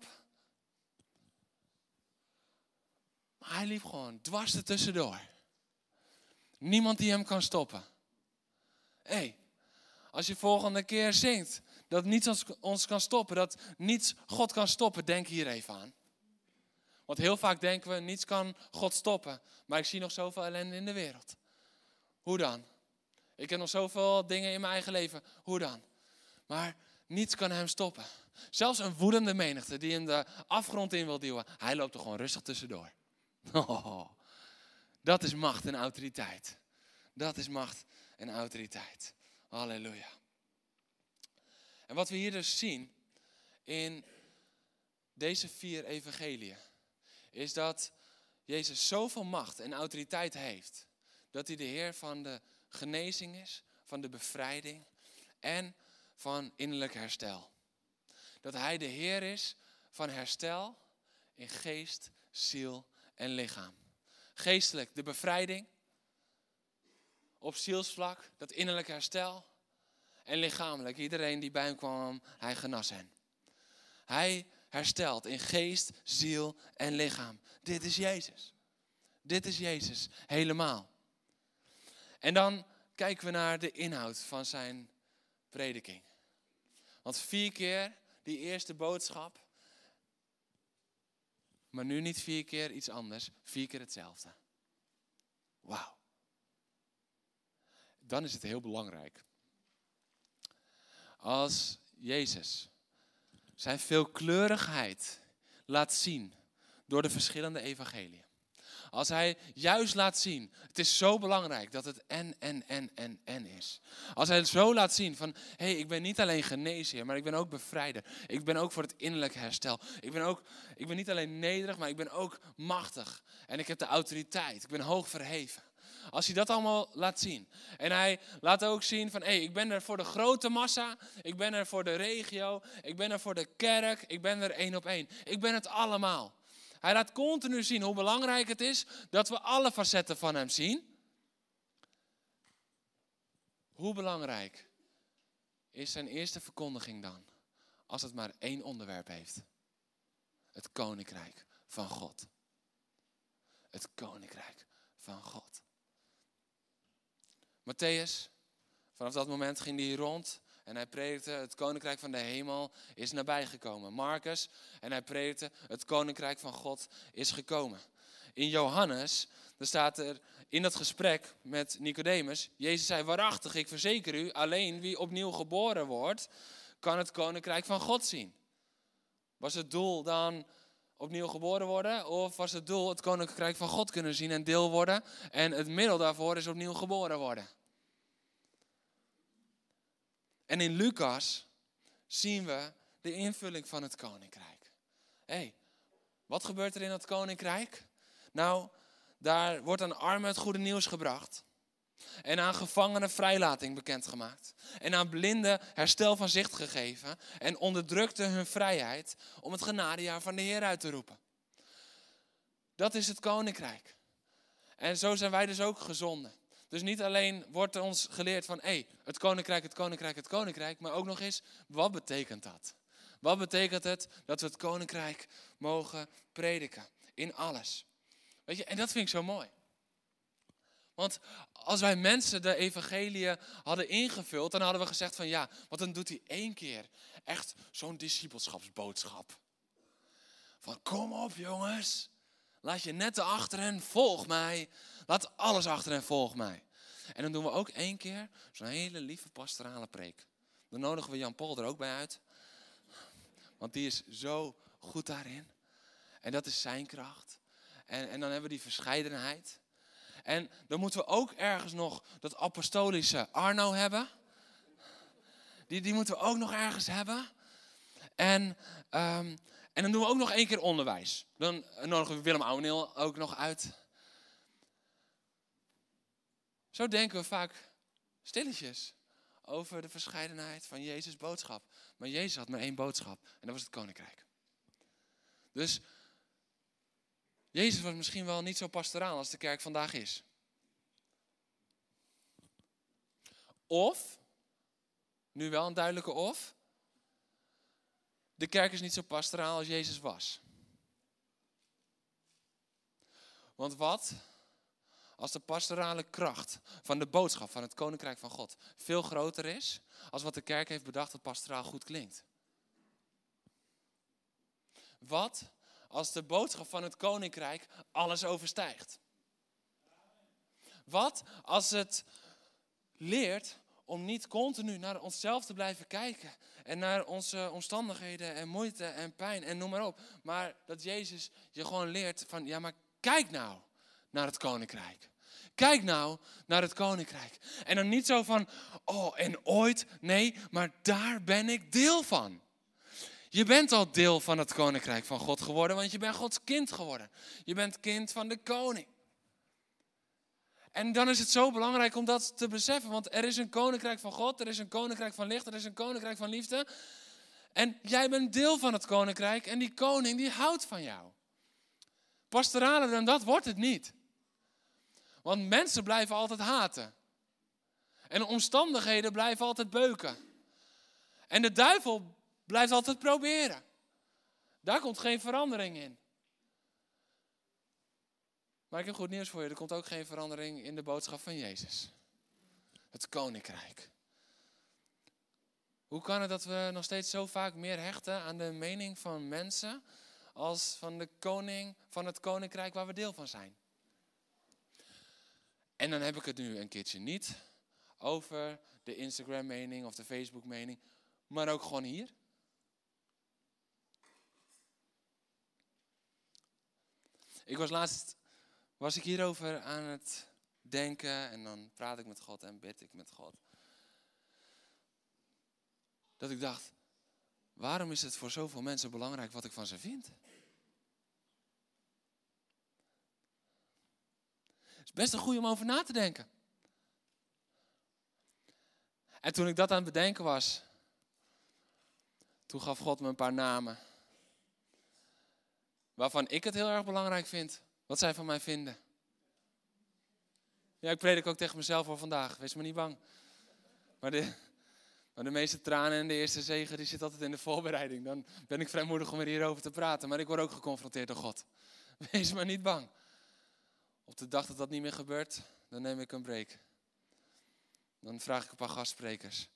Maar hij liep gewoon dwars er tussendoor. Niemand die hem kan stoppen. Hé, hey, als je volgende keer zingt dat niets ons, ons kan stoppen, dat niets God kan stoppen, denk hier even aan. Want heel vaak denken we, niets kan God stoppen. Maar ik zie nog zoveel ellende in de wereld. Hoe dan? Ik heb nog zoveel dingen in mijn eigen leven. Hoe dan? Maar niets kan hem stoppen. Zelfs een woedende menigte die hem de afgrond in wil duwen. Hij loopt er gewoon rustig tussendoor. Oh, dat is macht en autoriteit. Dat is macht en autoriteit. Halleluja. En wat we hier dus zien in deze vier evangeliën, is dat Jezus zoveel macht en autoriteit heeft, dat hij de Heer van de genezing is, van de bevrijding en van innerlijk herstel. Dat hij de Heer is van herstel in geest, ziel en lichaam. Geestelijk de bevrijding, op zielsvlak dat innerlijk herstel en lichamelijk. Iedereen die bij hem kwam, hij genas hen. Hij herstelt in geest, ziel en lichaam. Dit is Jezus. Dit is Jezus helemaal. En dan kijken we naar de inhoud van zijn prediking. Want vier keer die eerste boodschap, maar nu niet vier keer iets anders, vier keer hetzelfde. Wauw. Dan is het heel belangrijk. Als Jezus zijn veelkleurigheid laat zien door de verschillende evangeliën. Als hij juist laat zien, het is zo belangrijk dat het en, en, en, en, en is. Als hij het zo laat zien van, hé, hey, ik ben niet alleen geneesheer, maar ik ben ook bevrijder. Ik ben ook voor het innerlijk herstel. Ik ben, ook, ik ben niet alleen nederig, maar ik ben ook machtig. En ik heb de autoriteit, ik ben hoog verheven. Als hij dat allemaal laat zien. En hij laat ook zien van, hé, hey, ik ben er voor de grote massa. Ik ben er voor de regio. Ik ben er voor de kerk. Ik ben er één op één. Ik ben het allemaal. Hij laat continu zien hoe belangrijk het is dat we alle facetten van hem zien. Hoe belangrijk is zijn eerste verkondiging dan? Als het maar één onderwerp heeft. Het koninkrijk van God. Het koninkrijk van God. Matthäus, vanaf dat moment ging hij rond en hij predikte, het koninkrijk van de hemel is nabijgekomen. Marcus, en hij predikte, het koninkrijk van God is gekomen. In Johannes, daar staat er in dat gesprek met Nicodemus, Jezus zei, waarachtig, ik verzeker u, alleen wie opnieuw geboren wordt, kan het koninkrijk van God zien. Was het doel dan opnieuw geboren worden? Of was het doel het koninkrijk van God kunnen zien en deel worden? En het middel daarvoor is opnieuw geboren worden. En in Lucas zien we de invulling van het koninkrijk. Hé, hey, wat gebeurt er in dat koninkrijk? Nou, daar wordt aan armen het goede nieuws gebracht. En aan gevangenen vrijlating bekendgemaakt. En aan blinden herstel van zicht gegeven. En onderdrukten hun vrijheid om het genadejaar van de Heer uit te roepen. Dat is het koninkrijk. En zo zijn wij dus ook gezonden. Dus niet alleen wordt ons geleerd van, hé, hey, het koninkrijk, het koninkrijk, het koninkrijk. Maar ook nog eens, wat betekent dat? Wat betekent het dat we het koninkrijk mogen prediken? In alles. Weet je, en dat vind ik zo mooi. Want als wij mensen de evangeliën hadden ingevuld, dan hadden we gezegd van ja, want dan doet hij één keer echt zo'n discipelschapsboodschap. Van kom op jongens, laat je netten achter en volg mij. Laat alles achter en volg mij. En dan doen we ook één keer zo'n hele lieve pastorale preek. Dan nodigen we Jan Paul er ook bij uit. Want die is zo goed daarin. En dat is zijn kracht. En, en dan hebben we die verscheidenheid. En dan moeten we ook ergens nog dat apostolische Arno hebben. Die, die moeten we ook nog ergens hebben. En, um, en dan doen we ook nog één keer onderwijs. Dan nodigen we Willem Ouweneel ook nog uit. Zo denken we vaak stilletjes over de verscheidenheid van Jezus' boodschap. Maar Jezus had maar één boodschap en dat was het koninkrijk. Dus Jezus was misschien wel niet zo pastoraal als de kerk vandaag is. Of, nu wel een duidelijke of, de kerk is niet zo pastoraal als Jezus was. Want wat als de pastorale kracht van de boodschap van het koninkrijk van God veel groter is als wat de kerk heeft bedacht dat pastoraal goed klinkt? Wat als de boodschap van het koninkrijk alles overstijgt? Wat als het leert om niet continu naar onszelf te blijven kijken en naar onze omstandigheden en moeite en pijn en noem maar op. Maar dat Jezus je gewoon leert van ja, maar kijk nou naar het koninkrijk. Kijk nou naar het koninkrijk. En dan niet zo van, oh en ooit, nee, maar daar ben ik deel van. Je bent al deel van het koninkrijk van God geworden, want je bent Gods kind geworden. Je bent kind van de koning. En dan is het zo belangrijk om dat te beseffen, want er is een koninkrijk van God, er is een koninkrijk van licht, er is een koninkrijk van liefde. En jij bent deel van het koninkrijk en die koning die houdt van jou. Pastoraler dan dat wordt het niet. Want mensen blijven altijd haten. En de omstandigheden blijven altijd beuken. En de duivel blijft altijd proberen. Daar komt geen verandering in. Maar ik heb goed nieuws voor je. Er komt ook geen verandering in de boodschap van Jezus. Het koninkrijk. Hoe kan het dat we nog steeds zo vaak meer hechten aan de mening van mensen als van de koning van het koninkrijk waar we deel van zijn? En dan heb ik het nu een keertje niet over de Instagram mening of de Facebook mening, maar ook gewoon hier. Ik was laatst, was ik hierover aan het denken en dan praat ik met God en bid ik met God. Dat ik dacht, waarom is het voor zoveel mensen belangrijk wat ik van ze vind? Het is best een goeie om over na te denken. En toen ik dat aan het bedenken was, toen gaf God me een paar namen. Waarvan ik het heel erg belangrijk vind, wat zij van mij vinden. Ja, ik predik ook tegen mezelf voor vandaag, wees maar niet bang. Maar de, maar de meeste tranen en de eerste zegen, die zit altijd in de voorbereiding. Dan ben ik vrijmoedig om er hierover te praten, maar ik word ook geconfronteerd door God. Wees maar niet bang. Op de dag dat dat niet meer gebeurt, dan neem ik een break. Dan vraag ik een paar gastsprekers.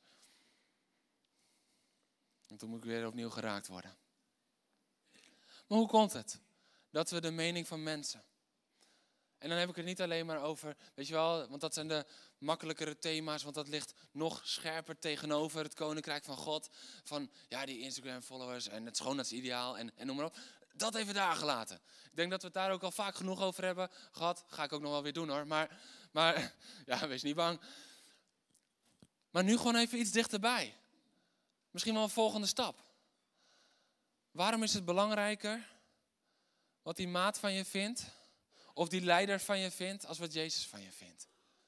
En toen moet ik weer opnieuw geraakt worden. Maar hoe komt het dat we de mening van mensen... En dan heb ik het niet alleen maar over, weet je wel, want dat zijn de makkelijkere thema's, want dat ligt nog scherper tegenover het koninkrijk van God. Van, ja, die Instagram-followers en het schoonheidsideaal en, en noem maar op. dat even daar gelaten. Ik denk dat we het daar ook al vaak genoeg over hebben gehad. Ga ik ook nog wel weer doen hoor. Maar, maar ja, wees niet bang. Maar nu gewoon even iets dichterbij. Misschien wel een volgende stap. Waarom is het belangrijker wat die maat van je vindt, of die leider van je vindt, als wat Jezus van je vindt?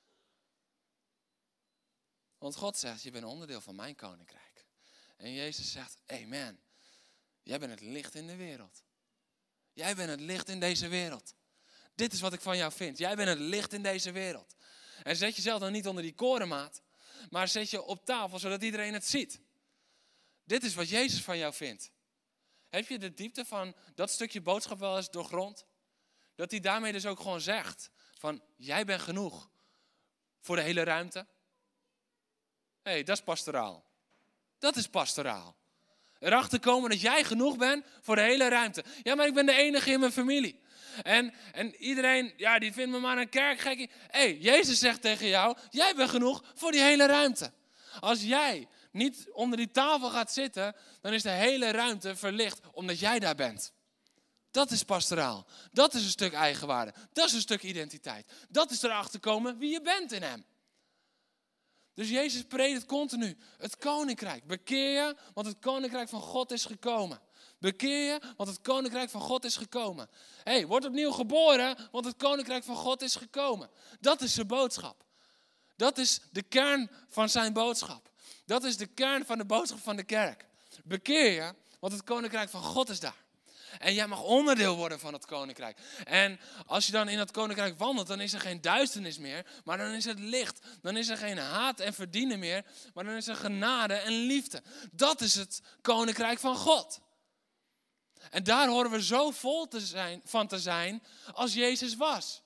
Want God zegt, je bent onderdeel van mijn koninkrijk. En Jezus zegt, amen. Jij bent het licht in de wereld. Jij bent het licht in deze wereld. Dit is wat ik van jou vind. Jij bent het licht in deze wereld. En zet jezelf dan niet onder die korenmaat, maar zet je op tafel, zodat iedereen het ziet. Dit is wat Jezus van jou vindt. Heb je de diepte van dat stukje boodschap wel eens doorgrond? Dat hij daarmee dus ook gewoon zegt van, jij bent genoeg voor de hele ruimte. Hé, hey, dat is pastoraal. Dat is pastoraal. Erachter komen dat jij genoeg bent voor de hele ruimte. Ja, maar ik ben de enige in mijn familie. En, en iedereen, ja, die vindt me maar een kerkgekkie. Hé, hey, Jezus zegt tegen jou, jij bent genoeg voor die hele ruimte. Als jij niet onder die tafel gaat zitten, dan is de hele ruimte verlicht omdat jij daar bent. Dat is pastoraal. Dat is een stuk eigenwaarde. Dat is een stuk identiteit. Dat is erachter komen wie je bent in hem. Dus Jezus predikt continu het koninkrijk. Bekeer je, want het koninkrijk van God is gekomen. Bekeer je, want het koninkrijk van God is gekomen. Hé, hey, word opnieuw geboren, want het koninkrijk van God is gekomen. Dat is zijn boodschap. Dat is de kern van zijn boodschap. Dat is de kern van de boodschap van de kerk. Bekeer je, want het koninkrijk van God is daar. En jij mag onderdeel worden van het koninkrijk. En als je dan in dat koninkrijk wandelt, dan is er geen duisternis meer, maar dan is het licht. Dan is er geen haat en verdienen meer, maar dan is er genade en liefde. Dat is het koninkrijk van God. En daar horen we zo vol te zijn, van te zijn als Jezus was.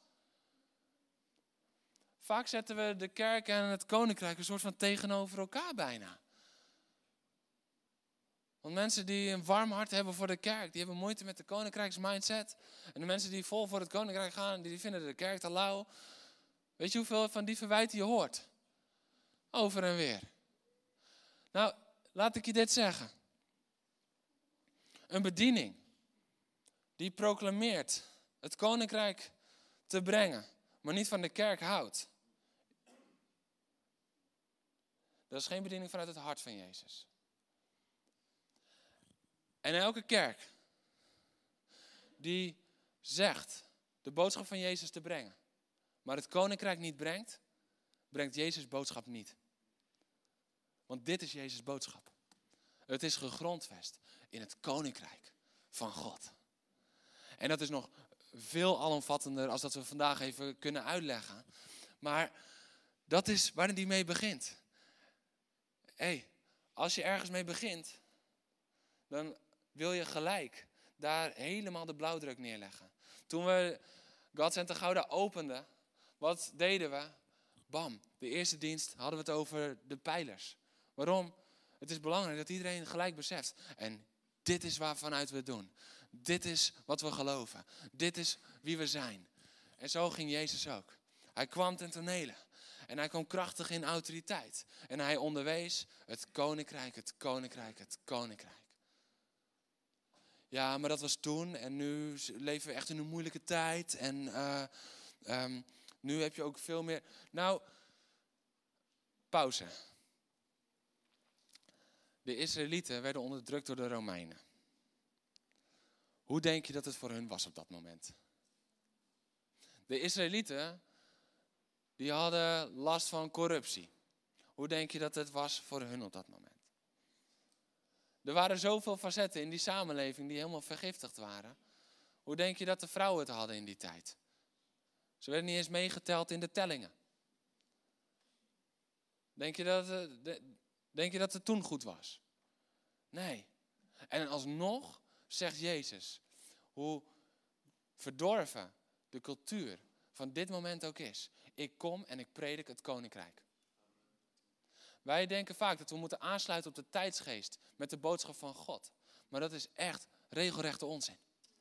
Vaak zetten we de kerk en het koninkrijk een soort van tegenover elkaar bijna. Want mensen die een warm hart hebben voor de kerk, die hebben moeite met de koninkrijksmindset. En de mensen die vol voor het koninkrijk gaan, die vinden de kerk te lauw. Weet je hoeveel van die verwijten je hoort? Over en weer. Nou, laat ik je dit zeggen. Een bediening die proclameert het koninkrijk te brengen, maar niet van de kerk houdt. Dat is geen bediening vanuit het hart van Jezus. En elke kerk die zegt de boodschap van Jezus te brengen, maar het koninkrijk niet brengt, brengt Jezus' boodschap niet. Want dit is Jezus' boodschap. Het is gegrondvest in het koninkrijk van God. En dat is nog veel alomvattender als dat we vandaag even kunnen uitleggen. Maar dat is waar die mee begint. Hé, hey, als je ergens mee begint, dan wil je gelijk daar helemaal de blauwdruk neerleggen. Toen we God Center Gouda openden, wat deden we? Bam, de eerste dienst hadden we het over de pijlers. Waarom? Het is belangrijk dat iedereen gelijk beseft. En dit is waarvanuit we het doen. Dit is wat we geloven. Dit is wie we zijn. En zo ging Jezus ook. Hij kwam ten tonele. En hij kwam krachtig in autoriteit. En hij onderwees het koninkrijk, het koninkrijk, het koninkrijk. Ja, maar dat was toen. En nu leven we echt in een moeilijke tijd. En uh, um, nu heb je ook veel meer... Nou, pauze. De Israëlieten werden onderdrukt door de Romeinen. Hoe denk je dat het voor hun was op dat moment? De Israëlieten, die hadden last van corruptie. Hoe denk je dat het was voor hun op dat moment? Er waren zoveel facetten in die samenleving die helemaal vergiftigd waren. Hoe denk je dat de vrouwen het hadden in die tijd? Ze werden niet eens meegeteld in de tellingen. Denk je dat het, denk je dat het toen goed was? Nee. En alsnog zegt Jezus hoe verdorven de cultuur van dit moment ook is. Ik kom en ik predik het koninkrijk. Wij denken vaak dat we moeten aansluiten op de tijdsgeest met de boodschap van God. Maar dat is echt regelrechte onzin.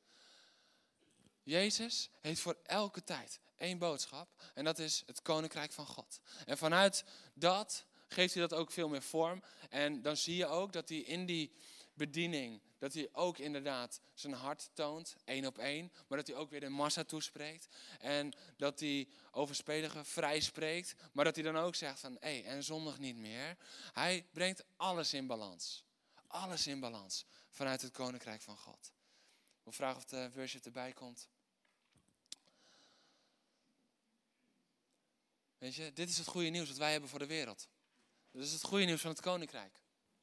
Jezus heeft voor elke tijd één boodschap en dat is het koninkrijk van God. En vanuit dat geeft hij dat ook veel meer vorm. En dan zie je ook dat hij in die bediening, dat hij ook inderdaad zijn hart toont, één op één. Maar dat hij ook weer de massa toespreekt. En dat hij overspeligen vrij spreekt. Maar dat hij dan ook zegt van, hé, hey, en zondig niet meer. Hij brengt alles in balans. Alles in balans vanuit het Koninkrijk van God. Ik wil vragen of de worship erbij komt. Weet je, dit is het goede nieuws wat wij hebben voor de wereld. Dit is het goede nieuws van het Koninkrijk.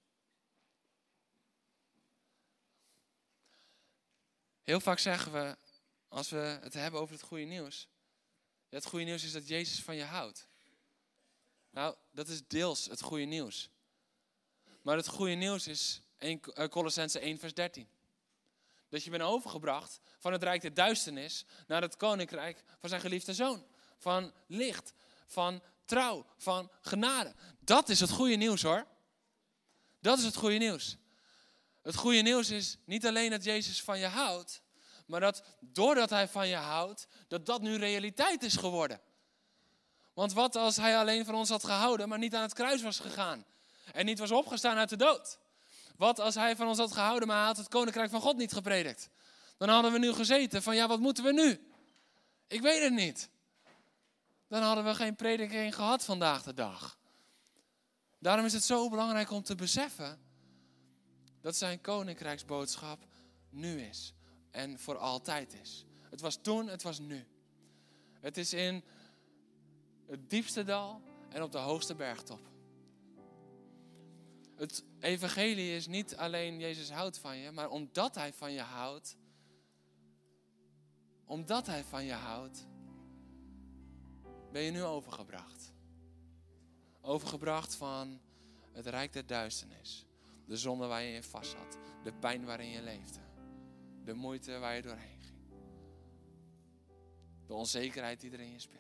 Heel vaak zeggen we, als we het hebben over het goede nieuws. Ja, het goede nieuws is dat Jezus van je houdt. Nou, dat is deels het goede nieuws. Maar het goede nieuws is Kolossenzen één vers dertien. Dat je bent overgebracht van het rijk der duisternis naar het koninkrijk van zijn geliefde zoon. Van licht, van trouw, van genade. Dat is het goede nieuws hoor. Dat is het goede nieuws. Het goede nieuws is niet alleen dat Jezus van je houdt, maar dat doordat hij van je houdt, dat dat nu realiteit is geworden. Want wat als hij alleen van ons had gehouden, maar niet aan het kruis was gegaan en niet was opgestaan uit de dood? Wat als hij van ons had gehouden, maar hij had het koninkrijk van God niet gepredikt? Dan hadden we nu gezeten van ja, wat moeten we nu? Ik weet het niet. Dan hadden we geen prediking gehad vandaag de dag. Daarom is het zo belangrijk om te beseffen dat zijn koninkrijksboodschap nu is en voor altijd is. Het was toen, het was nu. Het is in het diepste dal en op de hoogste bergtop. Het evangelie is niet alleen Jezus houdt van je, maar omdat hij van je houdt, omdat hij van je houdt, ben je nu overgebracht. Overgebracht van het rijk der duisternis. De zonde waar je in vast zat. De pijn waarin je leefde. De moeite waar je doorheen ging. De onzekerheid die er in je speelde.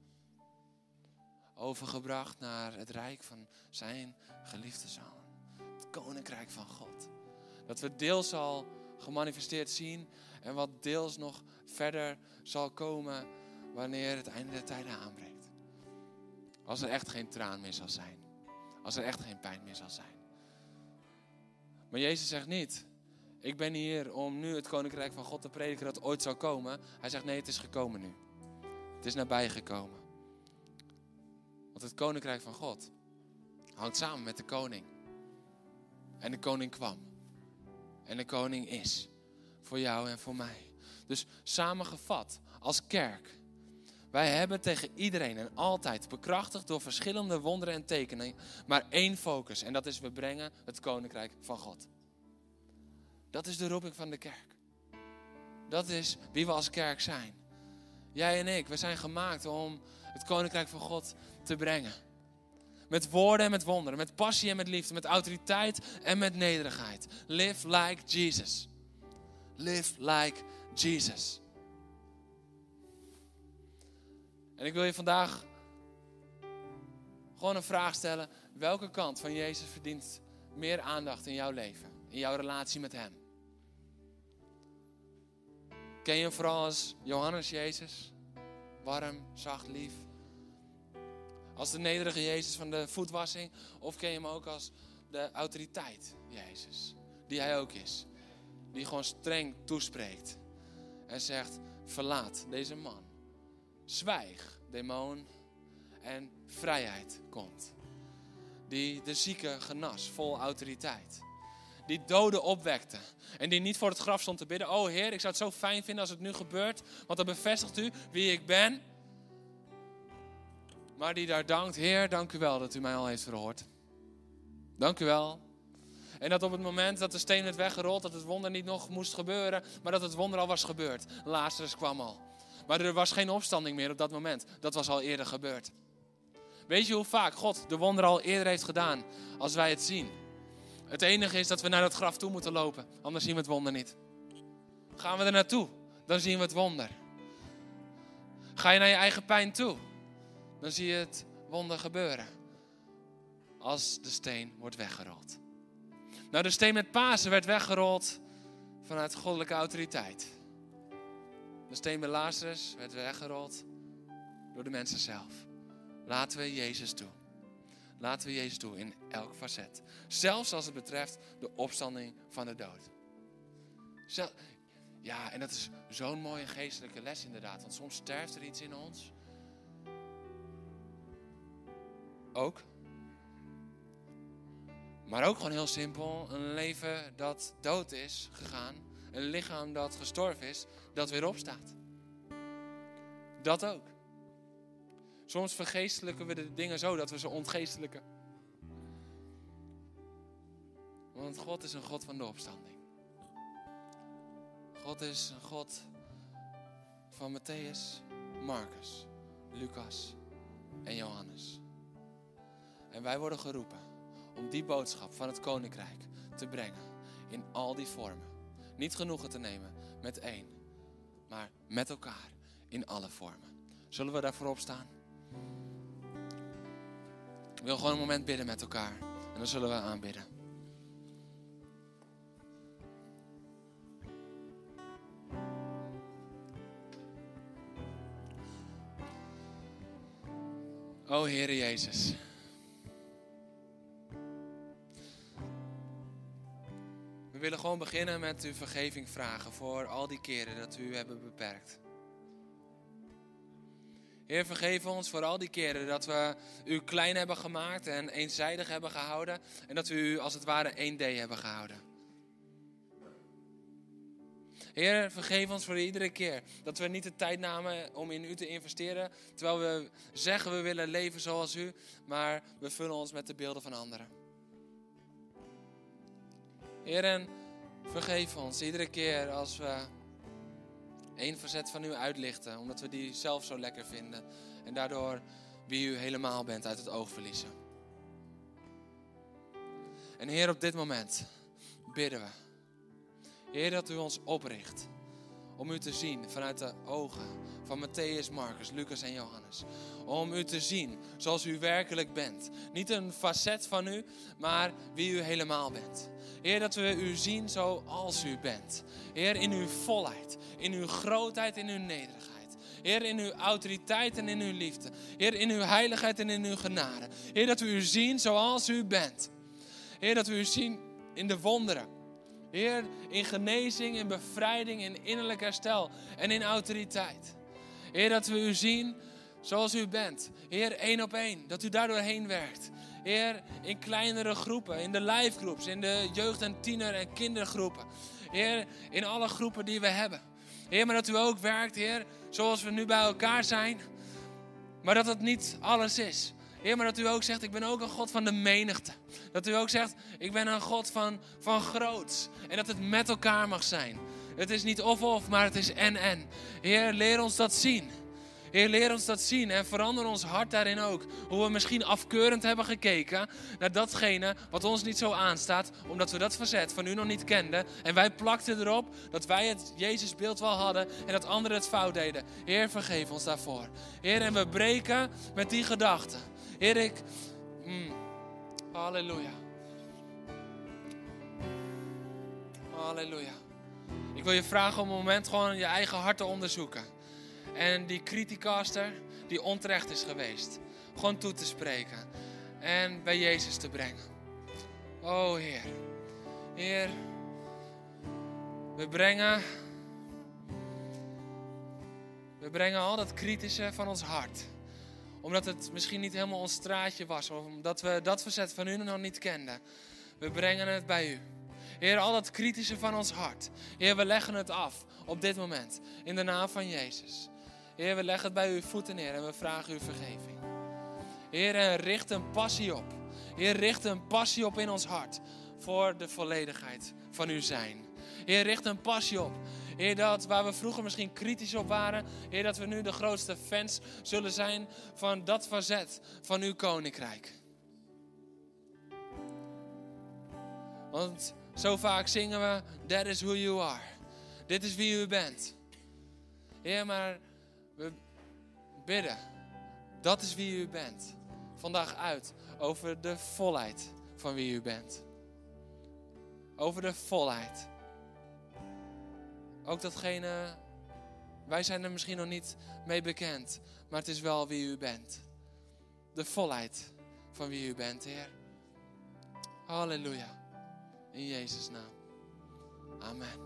Overgebracht naar het rijk van zijn geliefde zoon. Het koninkrijk van God. Dat we deels al gemanifesteerd zien. En wat deels nog verder zal komen wanneer het einde der tijden aanbreekt. Als er echt geen traan meer zal zijn. Als er echt geen pijn meer zal zijn. Maar Jezus zegt niet, ik ben hier om nu het koninkrijk van God te prediken dat ooit zal komen. Hij zegt nee, het is gekomen nu. Het is nabij gekomen. Want het koninkrijk van God hangt samen met de koning. En de koning kwam. En de koning is. Voor jou en voor mij. Dus samengevat als kerk. Wij hebben tegen iedereen en altijd bekrachtigd door verschillende wonderen en tekenen. Maar één focus. En dat is we brengen het koninkrijk van God. Dat is de roeping van de kerk. Dat is wie we als kerk zijn. Jij en ik, we zijn gemaakt om het koninkrijk van God te brengen. Met woorden en met wonderen. Met passie en met liefde. Met autoriteit en met nederigheid. Live like Jesus. Live like Jesus. En ik wil je vandaag gewoon een vraag stellen. Welke kant van Jezus verdient meer aandacht in jouw leven? In jouw relatie met hem? Ken je hem vooral als Johannes Jezus? Warm, zacht, lief. Als de nederige Jezus van de voetwassing? Of ken je hem ook als de autoriteit Jezus? Die hij ook is. Die gewoon streng toespreekt. En zegt, verlaat deze man. Zwijg, demon. En vrijheid komt. Die de zieke genas, vol autoriteit. Die doden opwekte. En die niet voor het graf stond te bidden. Oh Heer, ik zou het zo fijn vinden als het nu gebeurt. Want dan bevestigt u wie ik ben. Maar die daar dankt. Heer, dank u wel dat u mij al heeft verhoord. Dank u wel. En dat op het moment dat de steen werd weggerold. Dat het wonder niet nog moest gebeuren. Maar dat het wonder al was gebeurd. Lazarus kwam al. Maar er was geen opstanding meer op dat moment. Dat was al eerder gebeurd. Weet je hoe vaak God de wonder al eerder heeft gedaan als wij het zien? Het enige is dat we naar dat graf toe moeten lopen. Anders zien we het wonder niet. Gaan we er naartoe, dan zien we het wonder. Ga je naar je eigen pijn toe, dan zie je het wonder gebeuren. Als de steen wordt weggerold. Nou, de steen met Pasen werd weggerold vanuit goddelijke autoriteit. De steen bij Lazarus werd weggerold door de mensen zelf. Laten we Jezus toe. laten we Jezus toe in elk facet. Zelfs als het betreft de opstanding van de dood. Zel- ja, en dat is zo'n mooie geestelijke les inderdaad. Want soms sterft er iets in ons. Ook. Maar ook gewoon heel simpel. Een leven dat dood is gegaan. Een lichaam dat gestorven is. Dat weer opstaat. Dat ook. Soms vergeestelijken we de dingen zo dat we ze ontgeestelijken. Want God is een God van de opstanding. God is een God van Matthäus, Marcus, Lucas en Johannes. En wij worden geroepen om die boodschap van het koninkrijk te brengen in al die vormen. Niet genoegen te nemen met één, maar met elkaar in alle vormen. Zullen we daarvoor opstaan? Ik wil gewoon een moment bidden met elkaar en dan zullen we aanbidden. O Heere Jezus. We willen gewoon beginnen met uw vergeving vragen voor al die keren dat u hebben beperkt. Heer, vergeef ons voor al die keren dat we u klein hebben gemaakt en eenzijdig hebben gehouden. En dat we u als het ware één D hebben gehouden. Heer, vergeef ons voor iedere keer dat we niet de tijd namen om in u te investeren. Terwijl we zeggen we willen leven zoals u, maar we vullen ons met de beelden van anderen. Heer, en vergeef ons iedere keer als we één facet van u uitlichten. Omdat we die zelf zo lekker vinden. En daardoor wie u helemaal bent uit het oog verliezen. En Heer, op dit moment bidden we. Heer, dat u ons opricht om u te zien vanuit de ogen van Matthäus, Marcus, Lucas en Johannes. Om u te zien zoals u werkelijk bent. Niet een facet van u, maar wie u helemaal bent. Heer, dat we u zien zoals u bent. Heer, in uw volheid, in uw grootheid, in uw nederigheid. Heer, in uw autoriteit en in uw liefde. Heer, in uw heiligheid en in uw genade. Heer, dat we u zien zoals u bent. Heer, dat we u zien in de wonderen. Heer, in genezing, in bevrijding, in innerlijk herstel en in autoriteit. Heer, dat we u zien zoals u bent. Heer, één op één, dat u daardoor heen werkt. Heer, in kleinere groepen, in de live-groeps, in de jeugd- en tiener- en kindergroepen. Heer, in alle groepen die we hebben. Heer, maar dat u ook werkt, Heer, zoals we nu bij elkaar zijn. Maar dat het niet alles is. Heer, maar dat u ook zegt, ik ben ook een God van de menigte. Dat u ook zegt, ik ben een God van, van groots. En dat het met elkaar mag zijn. Het is niet of-of, maar het is en-en. Heer, leer ons dat zien. Heer, leer ons dat zien en verander ons hart daarin ook. Hoe we misschien afkeurend hebben gekeken naar datgene wat ons niet zo aanstaat. Omdat we dat verzet van u nog niet kenden. En wij plakten erop dat wij het Jezusbeeld wel hadden en dat anderen het fout deden. Heer, vergeef ons daarvoor. Heer, en we breken met die gedachten. Heer, ik... Mm, halleluja. Halleluja. Ik wil je vragen om een moment gewoon je eigen hart te onderzoeken. En die criticaster die onterecht is geweest. Gewoon toe te spreken. En bij Jezus te brengen. O Heer. Heer. We brengen. We brengen al dat kritische van ons hart. Omdat het misschien niet helemaal ons straatje was. Of omdat we dat verzet van u nog niet kenden. We brengen het bij u. Heer, al dat kritische van ons hart. Heer, we leggen het af op dit moment. In de naam van Jezus. Heer, we leggen het bij uw voeten neer en we vragen uw vergeving. Heer, en richt een passie op. Heer, richt een passie op in ons hart. Voor de volledigheid van uw zijn. Heer, richt een passie op. Heer, dat waar we vroeger misschien kritisch op waren. Heer, dat we nu de grootste fans zullen zijn van dat facet van uw koninkrijk. Want zo vaak zingen we, that is who you are. Dit is wie u bent. Heer, maar we bidden, dat is wie u bent. Vandaag uit over de volheid van wie u bent. Over de volheid. Ook datgene, wij zijn er misschien nog niet mee bekend, maar het is wel wie u bent. De volheid van wie u bent, Heer. Halleluja. In Jezus' naam. Amen.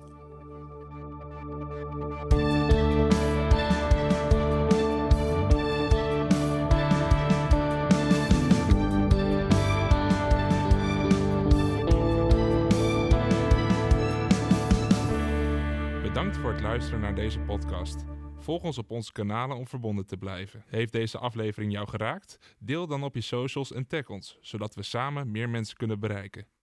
Bedankt voor het luisteren naar deze podcast. Volg ons op onze kanalen om verbonden te blijven. Heeft deze aflevering jou geraakt? Deel dan op je socials en tag ons, zodat we samen meer mensen kunnen bereiken.